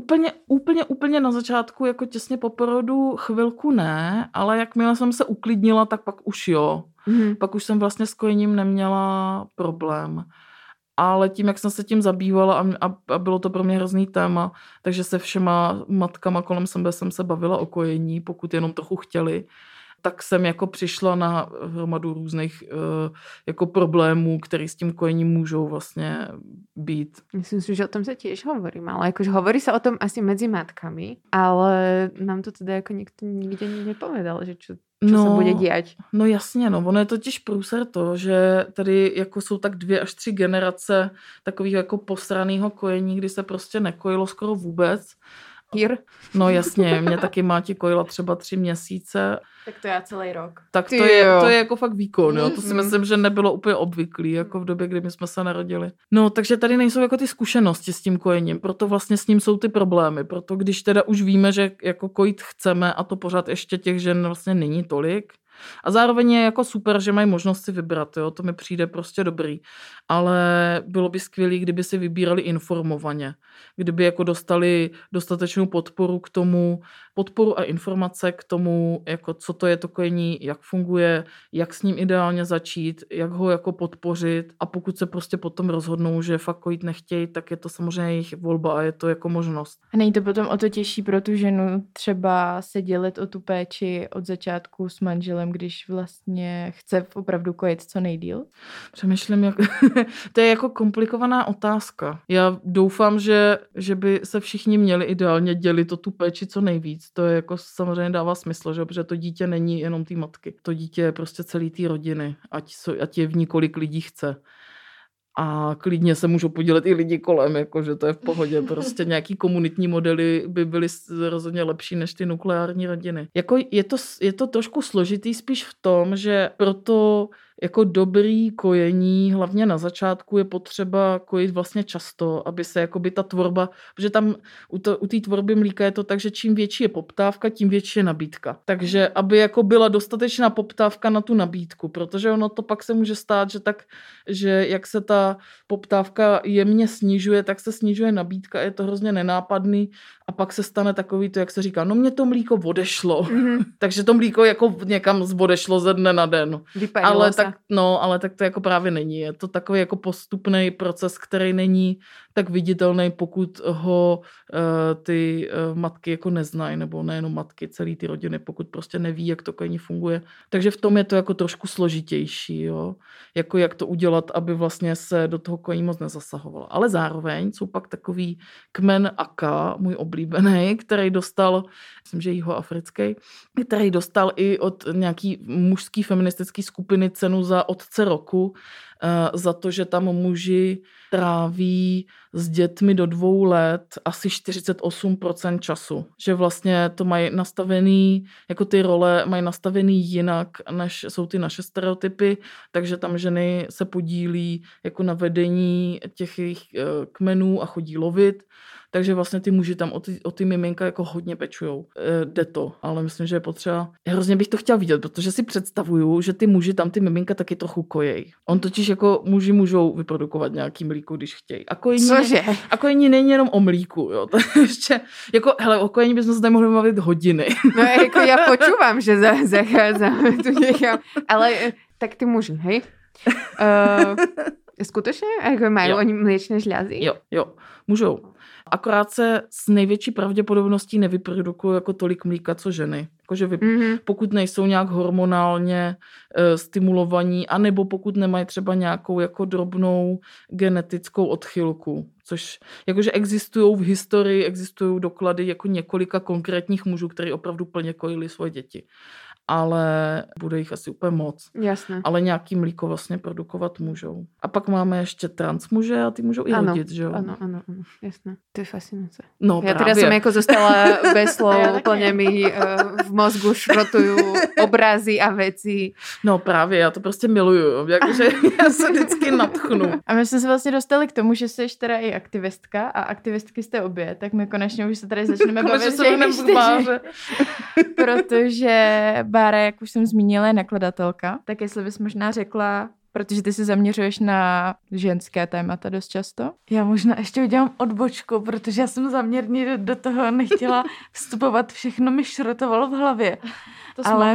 Úplně na začátku, jako těsně po porodu, chvilku ne, ale jakmile jsem se uklidnila, tak pak už jo. Pak už jsem vlastně s kojením neměla problém. Ale tím, jak jsem se tím zabývala a bylo to pro mě hrozný téma, takže se všema matkama kolem sebe jsem se bavila o kojení, pokud jenom trochu chtěli, tak jsem jako přišla na hromadu různých jako problémů, které s tím kojením můžou vlastně být. Myslím si, že o tom sa tiež hovorím, ale akože hovorí sa o tom asi medzi matkami, ale nám to teda jako nikto nikde nepovedal, že čo se bude diať. No jasně, no. Ono je totiž průser to, že tady jako jsou tak 2 až 3 generace takových jako posranýho kojení, kdy se prostě nekojilo skoro vůbec. Hír? No jasně, mě taky máti kojila třeba 3 měsíce. Tak to já celý rok. Tak to je jako fakt výkon, jo. To si myslím, že nebylo úplně obvyklý, jako v době, kdy my jsme se narodili. No, takže tady nejsou jako ty zkušenosti s tím kojením, proto vlastně s ním jsou ty problémy. Proto když teda už víme, že jako kojit chceme a to pořád ještě těch žen vlastně není tolik. A zároveň je jako super, že mají možnost si vybrat, jo, to mi přijde prostě dobrý. Ale bylo by skvělé, kdyby si vybírali informovaně. Kdyby jako dostali dostatečnou podporu k tomu, podporu a informace k tomu, jako co to je to kojení, jak funguje, jak s ním ideálně začít, jak ho jako podpořit a pokud se prostě potom rozhodnou, že fakt kojit nechtějí, tak je to samozřejmě jejich volba a je to jako možnost. A není to potom o to těžší pro tu ženu třeba se dělit o tu péči od začátku s manželem, když vlastně chce opravdu kojit co nejdýl? Přemýšlím, jak... To je jako komplikovaná otázka. Já doufám, že by se všichni měli ideálně dělit o tu péči co nejvíc. To je jako samozřejmě dává smysl, že? Protože to dítě není jenom té matky. To dítě je prostě celý té rodiny, ať je v ní kolik lidí chce. A klidně se můžou podílet i lidi kolem, jakože to je v pohodě. Prostě nějaký komunitní modely by byly rozhodně lepší než ty nukleární rodiny. Jako je to trošku složitý spíš v tom, že proto jako dobrý kojení, hlavně na začátku, je potřeba kojit vlastně často, aby se jakoby ta tvorba, protože tam u té tvorby mlíka je to tak, že čím větší je poptávka, tím větší je nabídka. Takže aby jako byla dostatečná poptávka na tu nabídku, protože ono to pak se může stát, že jak se ta poptávka jemně snižuje, tak se snižuje nabídka, je to hrozně nenápadný a pak se stane takový to, jak se říká, no mě to mlíko odešlo. Takže to mlíko jako někam odešlo ze dne na den. Ale tak to jako právě není. Je to takový jako postupný proces, který není tak viditelný, pokud ho ty matky jako neznají, nebo nejenom matky, celý ty rodiny, pokud prostě neví, jak to kojení funguje. Takže v tom je to jako trošku složitější, jo. Jako jak to udělat, aby vlastně se do toho kojení moc nezasahovalo. Ale zároveň jsou pak takový kmen Aka, můj oblíbený oblíbený, který dostal, myslím, že jihoafrický, který dostal i od nějaký mužský feministický skupiny cenu za otce roku, za to, že tam muži tráví s dětmi do 2 let asi 48% času. Že vlastně to mají nastavený, jako ty role mají nastavený jinak, než jsou ty naše stereotypy, takže tam ženy se podílí jako na vedení těch jejich kmenů a chodí lovit. Takže vlastně ty muži tam o ty miminka jako hodně pečujou. Jde to, ale myslím, že je potřeba. Hrozně bych to chtěla vidět, protože si představuju, že ty muži tam ty miminka taky trochu kojej. On totiž jako muži můžou vyprodukovat nějaký mlíko, když chtějí. A kojení není jenom o mlíku, jo. To ještě, jako, hele, o kojení bychom se tady mohli bavit hodiny. No jako já počúvam, že zachádzame tu někam. Ale tak ty muži, hej? Skutečně? Jako mají oni mléčné žľazy? Jo, můžou. Akorát se s největší pravděpodobností nevyprodukují jako tolik mlíka, co ženy. Jakože pokud nejsou nějak hormonálně stimulovaní, anebo pokud nemají třeba nějakou jako drobnou genetickou odchylku. Což jakože existují v historii, existují doklady jako několika konkrétních mužů, kteří opravdu plně kojili svoje děti. Ale bude jich asi úplně moc. Jasné. Ale nějaký mlíko vlastně produkovat můžou. A pak máme ještě transmuže a ty můžou i rodit, že jo? Ano, jasné. To je fascinující. No, já teda jsem jako zostala bez slov, úplně mi v mozgu šrotuju obrazy a věci. No právě, já to prostě miluju, jakože já se vždycky nadchnu. A my jsme se vlastně dostali k tomu, že jsi teda i aktivistka a aktivistky jste obě, tak my konečně už se tady začneme bavit. Protože Bára, jak už jsem zmínila, je nakladatelka, tak jestli bys možná řekla, protože ty se zaměřuješ na ženské témata dost často. Já možná ještě udělám odbočku, protože já jsem záměrně do toho nechtěla vstupovat, všechno mi šrotovalo v hlavě. To ale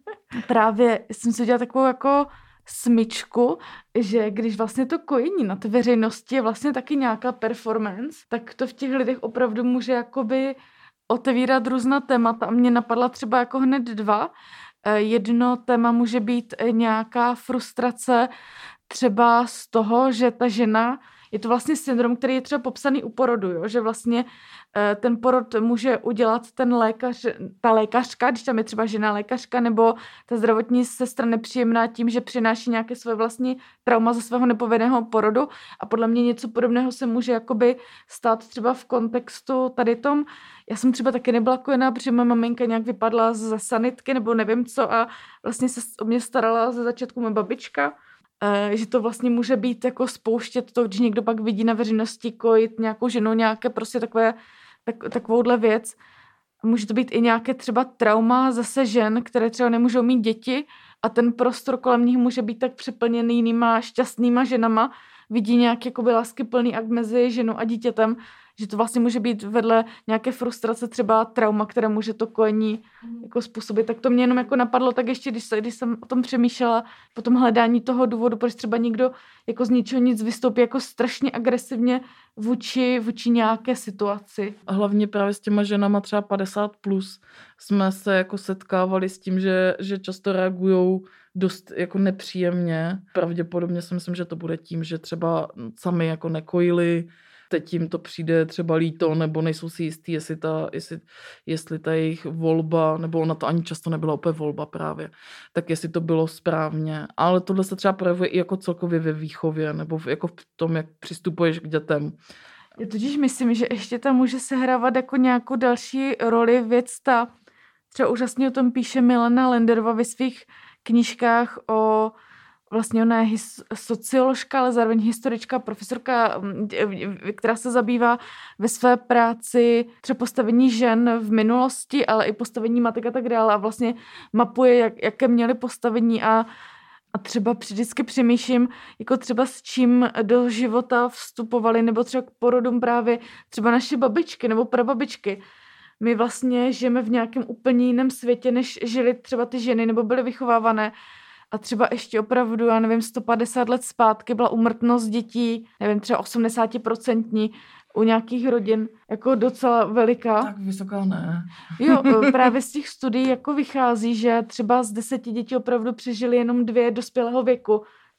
právě jsem si udělala takovou jako smyčku, že když vlastně to kojení na té veřejnosti je vlastně taky nějaká performance, tak to v těch lidech opravdu může jakoby otevírat různá témata. A mně napadla třeba jako hned 2. Jedno téma může být nějaká frustrace třeba z toho, že ta žena, je to vlastně syndrom, který je třeba popsaný u porodu, jo? Že vlastně ten porod může udělat ten lékař, ta lékařka, když tam je třeba žena lékařka, nebo ta zdravotní sestra nepříjemná tím, že přináší nějaké svoje vlastní trauma ze svého nepovedeného porodu a podle mě něco podobného se může jakoby stát třeba v kontextu tady tom. Já jsem třeba taky nebyla kojená, protože moje maminka nějak vypadla ze sanitky nebo nevím co a vlastně se o mě starala ze začátku moje babička. Že to vlastně může být jako spouštět to, když někdo pak vidí na veřejnosti kojit nějakou ženu, nějaké prostě takovouhle věc. Může to být i nějaké třeba trauma zase žen, které třeba nemůžou mít děti a ten prostor kolem nich může být tak přeplněný jinýma šťastnýma ženama. Vidí nějaký jakoby láskyplný akt mezi ženou a dítětem, že to vlastně může být vedle nějaké frustrace třeba trauma, které může to kojení jako způsobit. Tak to mě jenom jako napadlo tak ještě, když jsem o tom přemýšlela, po tom hledání toho důvodu, proč třeba někdo jako z ničeho nic vystoupí jako strašně agresivně vůči nějaké situaci. A hlavně právě s těma ženama třeba 50+ jsme se jako setkávali s tím, že často reagujou dost jako nepříjemně. Pravděpodobně si myslím, že to bude tím, že třeba sami jako nekojili, teď jim to přijde třeba líto, nebo nejsou si jistý, jestli ta jejich volba, nebo ona to ani často nebyla úplně volba právě, tak jestli to bylo správně. Ale tohle se třeba projevuje i jako celkově ve výchově, nebo jako v tom, jak přistupuješ k dětem. Já totiž myslím, že ještě tam může sehrávat jako nějakou další roli věc ta, třeba úžasně o tom píše Milena Lenderová ve svých knížkách o vlastně ona je socioložka, ale zároveň historička, profesorka, která se zabývá ve své práci třeba postavení žen v minulosti, ale i postavení matek a tak dále a vlastně mapuje, jaké měly postavení a třeba vždycky přemýšlím, jako třeba s čím do života vstupovali, nebo třeba k porodům právě třeba naše babičky nebo prababičky. My vlastně žijeme v nějakém úplně jiném světě, než žili třeba ty ženy, nebo byly vychovávané. A třeba ještě opravdu, já nevím, 150 let zpátky byla úmrtnost dětí, nevím, třeba 80% u nějakých rodin, jako docela veliká. Tak vysoká ne. Jo, právě z těch studií jako vychází, že třeba z 10 dětí opravdu přežili jenom 2 dospělého věku,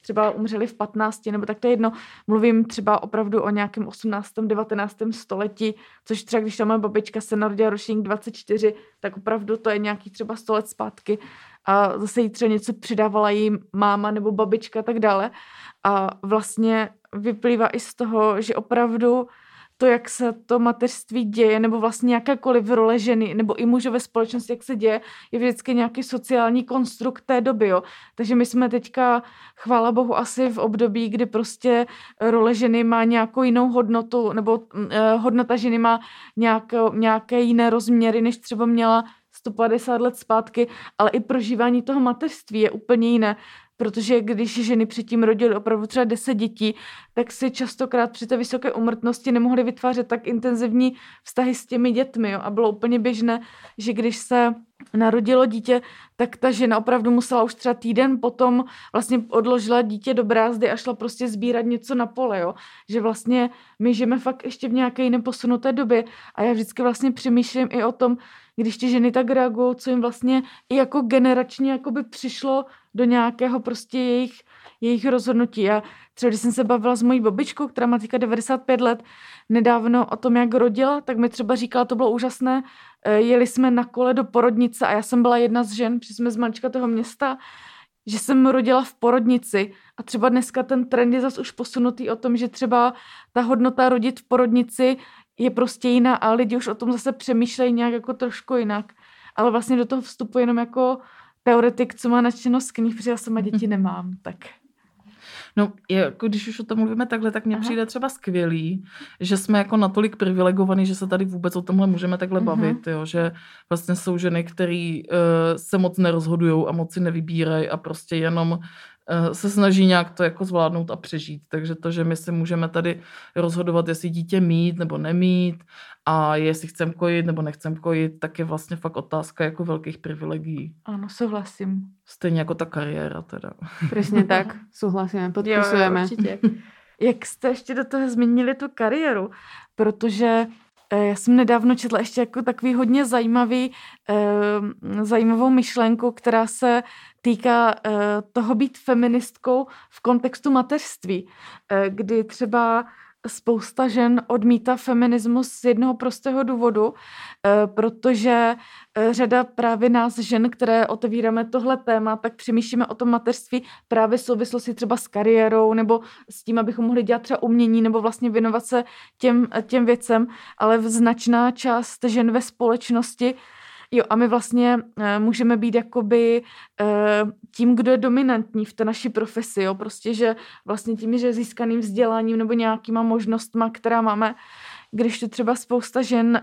třeba umřeli v 15, nebo tak to je jedno. Mluvím třeba opravdu o nějakém 18. 19. století, což třeba když ta moje babička se narodila ročník 24, tak opravdu to je nějaký třeba 100 let zpátky a zase jí třeba něco přidávala její máma nebo babička a tak dále. A vlastně vyplývá i z toho, že opravdu to, jak se to mateřství děje, nebo vlastně jakákoliv role ženy, nebo i muže ve společnosti, jak se děje, je vždycky nějaký sociální konstrukt té doby, jo. Takže my jsme teďka, chvála bohu, asi v období, kdy prostě role ženy má nějakou jinou hodnotu, nebo hodnota ženy má nějaké jiné rozměry, než třeba měla 150 let zpátky, ale i prožívání toho mateřství je úplně jiné. Protože když ženy předtím rodily opravdu třeba 10 dětí, tak si častokrát při té vysoké úmrtnosti nemohly vytvářet tak intenzivní vztahy s těmi dětmi. Jo? A bylo úplně běžné, že když se narodilo dítě, tak ta žena opravdu musela už třeba týden potom vlastně odložila dítě do brázdy a šla prostě sbírat něco na pole. Jo? Že vlastně my žijeme fakt ještě v nějaké jiné posunuté době a já vždycky vlastně přemýšlím i o tom, když ty ženy tak reagují, co jim vlastně i jako generačně jakoby přišlo do nějakého prostě jejich rozhodnutí. Já třeba, když jsem se bavila s mojí babičkou, která má teďka 95 let, nedávno o tom, jak rodila, tak mi třeba říkala, to bylo úžasné, jeli jsme na kole do porodnice a já jsem byla jedna z žen, protože jsme z malička toho města, že jsem rodila v porodnici a třeba dneska ten trend je zase už posunutý o tom, že třeba ta hodnota rodit v porodnici je prostě jiná a lidi už o tom zase přemýšlejí nějak jako trošku jinak. Ale vlastně do toho vstupuje jenom jako teoretik, co má nadšeno z knih, protože já sama děti nemám, tak... No, jako když už o tom mluvíme takhle, tak mně přijde třeba skvělý, že jsme jako natolik privilegovaní, že se tady vůbec o tomhle můžeme takhle bavit, jo? Že vlastně jsou ženy, které se moc nerozhodujou a moc si nevybírají a prostě jenom se snaží nějak to jako zvládnout a přežít. Takže to, že my si můžeme tady rozhodovat, jestli dítě mít nebo nemít a jestli chcem kojit nebo nechcem kojit, tak je vlastně fakt otázka jako velkých privilegií. Ano, souhlasím. Stejně jako ta kariéra teda. Přesně tak, souhlasíme, podpisujeme. Jo, určitě. Jak jste ještě do toho zmínili tu kariéru, protože já jsem nedávno četla ještě jako takový hodně zajímavou myšlenku, která se týká toho být feministkou v kontextu mateřství, kdy třeba spousta žen odmítá feminismus z jednoho prostého důvodu, protože řada právě nás žen, které otevíráme tohle téma, tak přemýšlíme o tom mateřství právě v souvislosti třeba s kariérou nebo s tím, abychom mohli dělat třeba umění nebo vlastně věnovat se těm věcem, ale značná část žen ve společnosti jo, a my vlastně můžeme být jakoby tím, kdo je dominantní v té naší profesi, jo, prostě, že vlastně tím, že získaným vzděláním nebo nějakýma možnostma, která máme, když to třeba spousta žen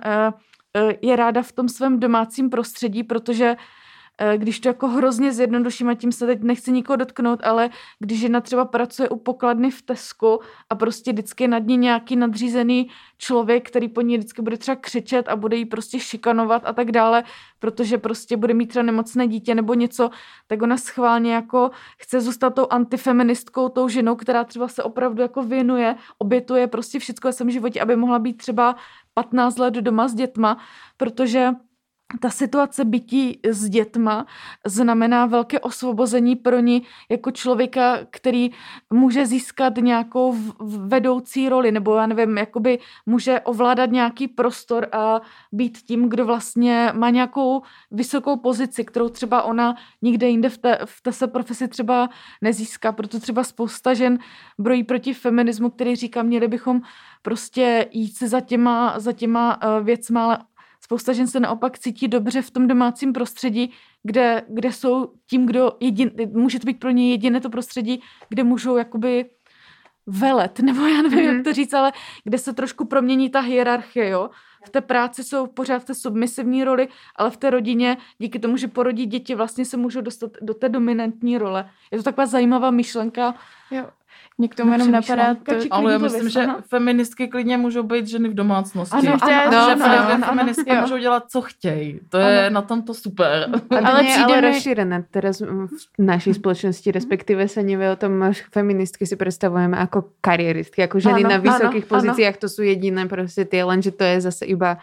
je ráda v tom svém domácím prostředí, protože když to jako hrozně zjednoduším a tím se teď nechci nikoho dotknout, ale když žena třeba pracuje u pokladny v Tesku a prostě vždycky nad ní nějaký nadřízený člověk, který po ní vždycky bude třeba křičet a bude jí prostě šikanovat a tak dále, protože prostě bude mít třeba nemocné dítě nebo něco, tak ona schválně jako chce zůstat tou antifeministkou, tou ženou, která třeba se opravdu jako věnuje, obětuje prostě všechno ve svém životě, aby mohla být třeba 15 let doma s dětma, protože ta situace bytí s dětma znamená velké osvobození pro ní jako člověka, který může získat nějakou vedoucí roli, nebo já nevím, jakoby může ovládat nějaký prostor a být tím, kdo vlastně má nějakou vysokou pozici, kterou třeba ona nikde jinde v té profesi třeba nezíská. Proto třeba spousta žen brojí proti feminismu, který říká, měli bychom prostě jít si za těma věcma, ale spousta žen se naopak cítí dobře v tom domácím prostředí, kde jsou tím, kdo může to být pro ně jediné to prostředí, kde můžou jakoby velet, nebo já nevím, jak to říct, ale kde se trošku promění ta hierarchie, jo. V té práci jsou pořád v té submisivní roli, ale v té rodině, díky tomu, že porodí děti, vlastně se můžou dostat do té dominantní role. Je to taková zajímavá myšlenka. Jo. Mě k tomu jenom napadá to, ale já myslím, že feministky klidně můžou být ženy v domácnosti. Ano, feministky můžou dělat, co chtějí. To je na tom to super. Ale rozšírené teraz v naší společnosti, respektíve sa nevie o tom, feministky si predstavujeme ako kariéristky, ako ženy na vysokých pozíciách, to sú jediné proste tie, lenže to je zase iba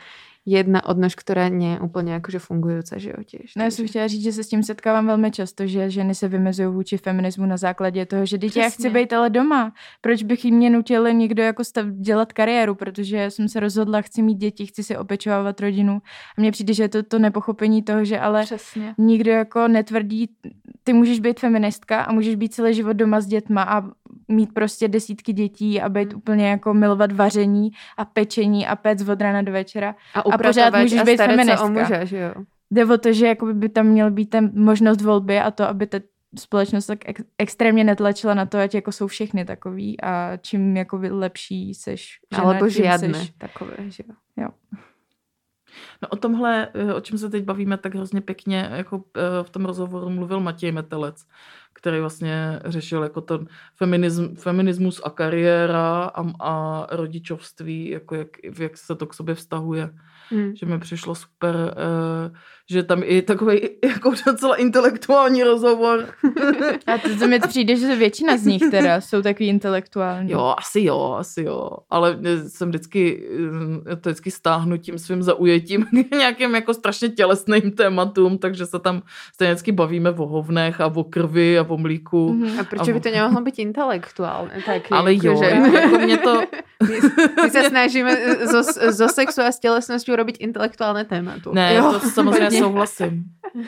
jedna odnož, která nie je úplně jakože fungující, že jo, těž. No, já jsem chtěla říct, že se s tím setkávám velmi často, že ženy se vymezují vůči feminismu na základě toho, že dítě já chci být ale doma. Proč bych jim mě nutil někdo jako dělat kariéru, protože jsem se rozhodla, chci mít děti, chci si opečovávat rodinu. A mně přijde, že je to nepochopení toho, že ale nikdo jako netvrdí, ty můžeš být feministka a můžeš být celý život doma s dětma a mít prostě desítky dětí a být úplně jako milovat vaření a pečení a péct od rána do večera. A pořád můžeš být feministka. Muže, že jo? Jde o to, že jakoby by tam měl být ten možnost volby a to, aby ta společnost tak extrémně netlačila na to, ať jako jsou všechny takový a čím jakoby lepší seš žena, alebo žádné takové, že jo. Jo. No o tomhle, o čem se teď bavíme, tak hrozně pěkně jako v tom rozhovoru mluvil Matěj Metelec, který vlastně řešil jako ten feminismus a kariéra a rodičovství, jako jak se to k sobě vztahuje. Že mi přišlo super, že tam i takový jako docela intelektuální rozhovor. A to mi přijde, že většina z nich teda jsou takový intelektuální. Jo, asi jo. Ale jsem vždycky stáhnu tím svým zaujetím k nějakým jako strašně tělesným tématům, takže se tam stejně vždycky bavíme o hovnech a o krvi a o mlíku. A proč by to nemohlo být intelektuálně? Taky, ale jo, že... jako mě to... My se snažíme zo sexu a z tělesnosti urobiť intelektuálne tématu. Ne, jo, to samozřejmě souhlasím.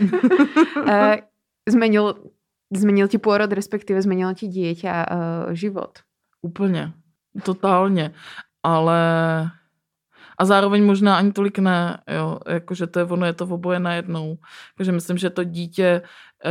Zmenil ti pôrod, respektíve zmenilo ti dieťa život? Úplně. Totálně. Ale... A zároveň možná ani tolik ne, jo. Jakože to je to oboje najednou. Takže myslím, že to dítě...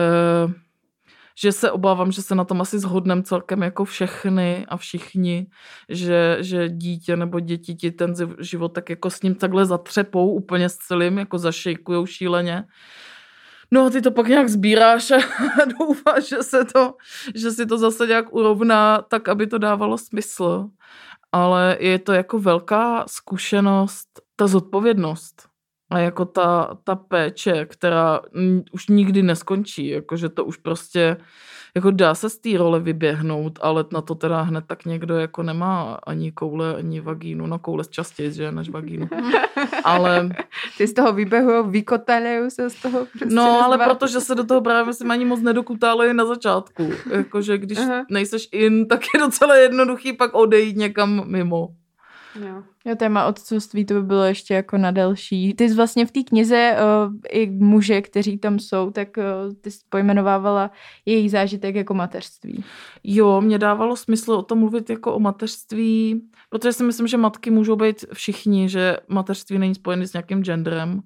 že se obávám, že se na tom asi shodneme celkem jako všechny a všichni, že dítě nebo děti ti ten život tak jako s ním takhle zatřepou úplně s celým, jako zašejkujou šíleně. No a ty to pak nějak sbíráš a doufáš, že si to zase nějak urovná tak, aby to dávalo smysl. Ale je to jako velká zkušenost, ta zodpovědnost. A jako ta péče, která už nikdy neskončí, jakože to už prostě, jako dá se z té role vyběhnout, ale na to teda hned tak někdo jako nemá ani koule, ani vagínu, no koule častěji, že, než vagínu. Ale... Ty z toho vyběhují, vykotálejí se z toho prostě. No, ale protože se do toho právě myslím ani moc nedokutálejí na začátku. Jakože když nejseš tak je docela jednoduchý pak odejít někam mimo. Jo, téma otcovství to by bylo ještě jako na delší. Ty jsi vlastně v té knize i muže, kteří tam jsou, tak ty jsi pojmenovávala jejich zážitek jako mateřství. Jo, mě dávalo smysl o tom mluvit jako o mateřství, protože si myslím, že matky můžou být všichni, že mateřství není spojený s nějakým genderem.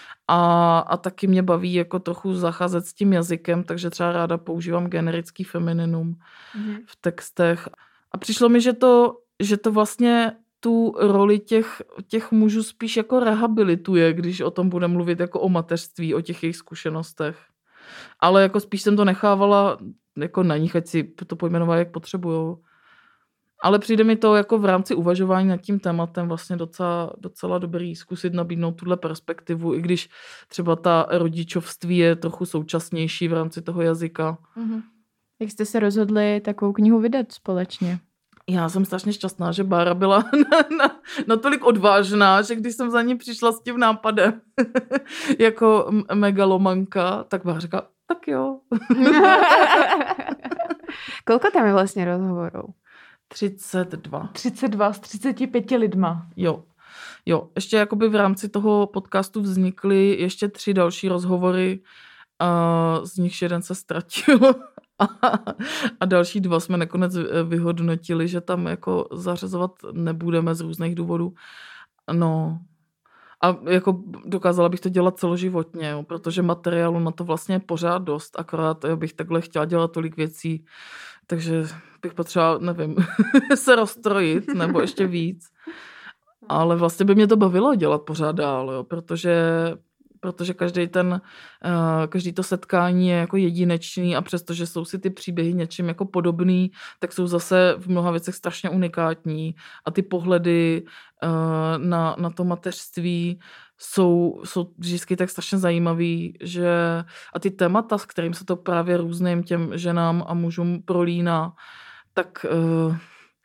A taky mě baví jako trochu zacházet s tím jazykem, takže třeba ráda používám generický femininum v textech. A přišlo mi, že to vlastně tu roli těch mužů spíš jako rehabilituje, když o tom bude mluvit jako o mateřství, o těch jejich zkušenostech. Ale jako spíš jsem to nechávala jako na nich, ať si to pojmenovají, jak potřebujou. Ale přijde mi to jako v rámci uvažování nad tím tématem vlastně docela dobrý zkusit nabídnout tuhle perspektivu, i když třeba ta rodičovství je trochu současnější v rámci toho jazyka. Jak jste se rozhodli takovou knihu vydat společně? Já jsem strašně šťastná, že Bára byla natolik odvážná, že když jsem za ní přišla s tím nápadem jako megalomanka, tak Bára říkala, tak jo. Kolko tam je vlastně rozhovorů? 32. 32 z 35 lidma. Jo. Ještě jakoby v rámci toho podcastu vznikly ještě 3 další rozhovory, a z nich jeden se ztratil. A další 2 jsme nakonec vyhodnotili, že tam jako zařazovat nebudeme z různých důvodů. No. A jako dokázala bych to dělat celoživotně, jo, protože materiálu na to vlastně je pořád dost, akorát bych takhle chtěla dělat tolik věcí, takže bych potřeba, nevím, se rozstrojit nebo ještě víc. Ale vlastně by mě to bavilo dělat pořád dál, jo, protože každý to setkání je jako jedinečný a přestože jsou si ty příběhy něčím jako podobný, tak jsou zase v mnoha věcech strašně unikátní a ty pohledy na to mateřství jsou vždycky tak strašně zajímavý, že a ty témata, s kterým se to právě různým těm ženám a mužům prolíná, tak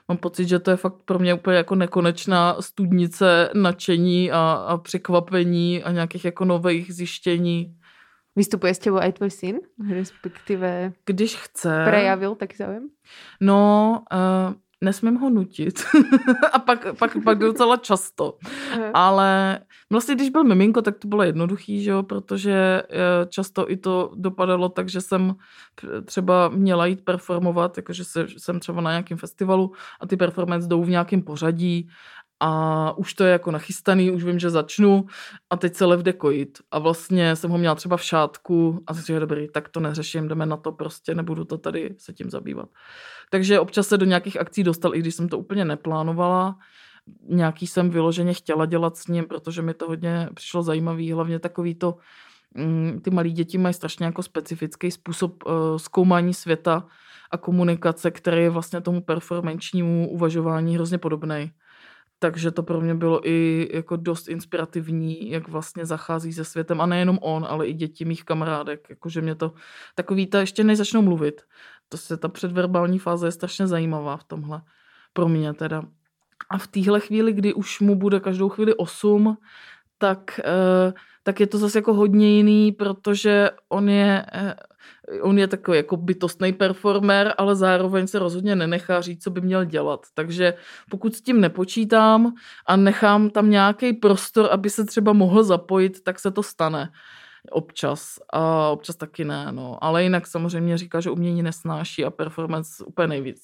mám pocit, že to je fakt pro mě úplně jako nekonečná studnice nadšení a překvapení a nějakých jako nových zjištění. Vystupuje s tebou aj tvoj syn? Respektive když chce. Prejavil taký záujem? No, nesmím ho nutit. A pak docela často. Ale vlastně, když byl miminko, tak to bylo jednoduchý, že jo? Protože často i to dopadalo tak, že jsem třeba měla jít performovat, jakože jsem třeba na nějakém festivalu a ty performance jdou v nějakém pořadí a už to je jako nachystaný, už vím, že začnu a teď se Lev jde kojit. A vlastně jsem ho měla třeba v šátku a říkala, dobrý, tak to neřeším, jdeme na to prostě, nebudu to tady se tím zabývat. Takže občas se do nějakých akcí dostal, i když jsem to úplně neplánovala. Nějaký jsem vyloženě chtěla dělat s ním, protože mi to hodně přišlo zajímavý, hlavně takový to, ty malí děti mají strašně jako specifický způsob zkoumání světa a komunikace, který je vlastně tomu performančnímu uvažování hrozně podobnej. Takže to pro mě bylo i jako dost inspirativní, jak vlastně zachází se světem. A nejenom on, ale i děti mých kamarádek. Jakože mě to takový, ještě než začnou mluvit. Ta předverbální fáze je strašně zajímavá v tomhle. Pro mě teda. A v téhle chvíli, kdy už mu bude každou chvíli 8, tak je to zase jako hodně jiný, protože on je takový jako bytostný performer, ale zároveň se rozhodně nenechá říct, co by měl dělat. Takže pokud s tím nepočítám a nechám tam nějaký prostor, aby se třeba mohl zapojit, tak se to stane. Občas. A občas taky ne, no. Ale jinak samozřejmě říká, že umění nesnáší a performance úplně nejvíc.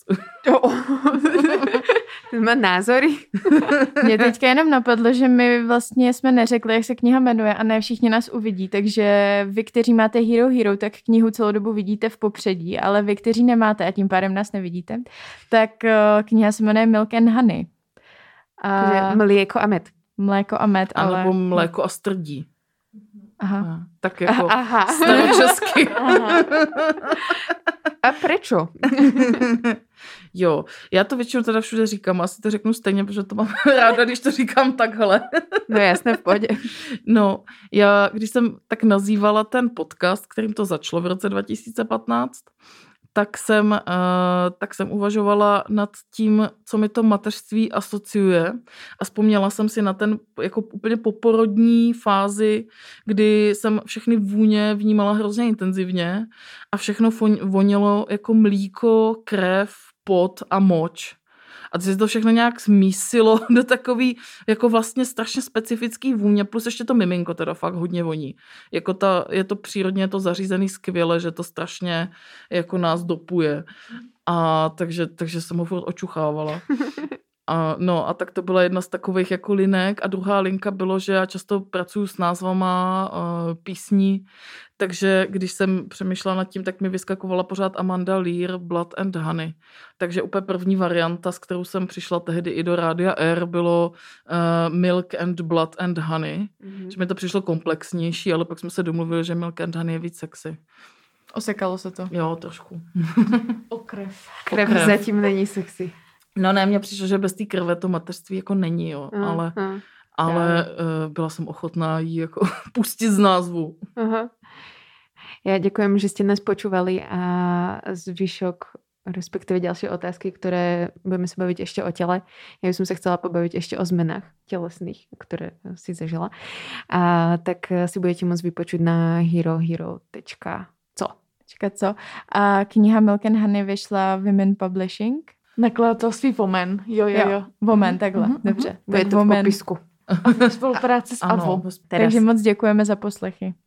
Má názory. Mě teďka jenom napadlo, že my vlastně jsme neřekli, jak se kniha jmenuje a ne všichni nás uvidí, takže vy, kteří máte Hero, tak knihu celou dobu vidíte v popředí, ale vy, kteří nemáte a tím pádem nás nevidíte, tak kniha se jmenuje Milk and Honey. Mléko a med. Mléko a med, ale... Alebo mléko a strdí. Aha. Tak jako staročesky. A prečo? Jo, já to většinou teda všude říkám, asi to řeknu stejně, protože to mám ráda, když to říkám takhle. No jasné, v pohodě. No, já, když jsem tak nazývala ten podcast, kterým to začalo v roce 2015, tak jsem uvažovala nad tím, co mi to mateřství asociuje a vzpomněla jsem si na ten jako úplně poporodní fázi, kdy jsem všechny vůně vnímala hrozně intenzivně a všechno vonilo jako mlíko, krev, pot a moč. A se to všechno nějak smísilo do takový jako vlastně strašně specifický vůně, plus ještě to miminko teda fakt hodně voní. Jako je to přírodně, je to zařízený skvěle, že to strašně jako nás dopuje. A takže jsem ho furt očuchávala. A tak to byla jedna z takových jako linek a druhá linka bylo, že já často pracuji s názvama písní, takže když jsem přemýšlela nad tím, tak mi vyskakovala pořád Amanda Lear, Blood and Honey. Takže úplně první varianta, s kterou jsem přišla tehdy i do Rádia R, bylo Milk and Blood and Honey. Mm-hmm. Že mi to přišlo komplexnější, ale pak jsme se domluvili, že Milk and Honey je víc sexy. Osekalo se to. Jo, trošku. O krev. Krev zatím není sexy. No ne, mně přišlo, že bez té krve to mateřství jako není, jo, ale byla jsem ochotná jí jako pustit z názvu. Aha. Ja ďakujem, že ste nás počúvali a zvyšok, respektíve ďalšie otázky, ktoré budeme sa baviť ešte o tele. Ja by som sa chcela pobaviť ešte o zmenách telesných, ktoré si zažila. A tak si budete môcť vypočuť na herohero.co. A kniha Milk and Honey vyšla Women Publishing. Nakladatelství Vomen. Jo. Vomen, takhle. Dobře. Bude to v popisku. Spolupráce s AVO. Takže moc děkujeme za poslechy.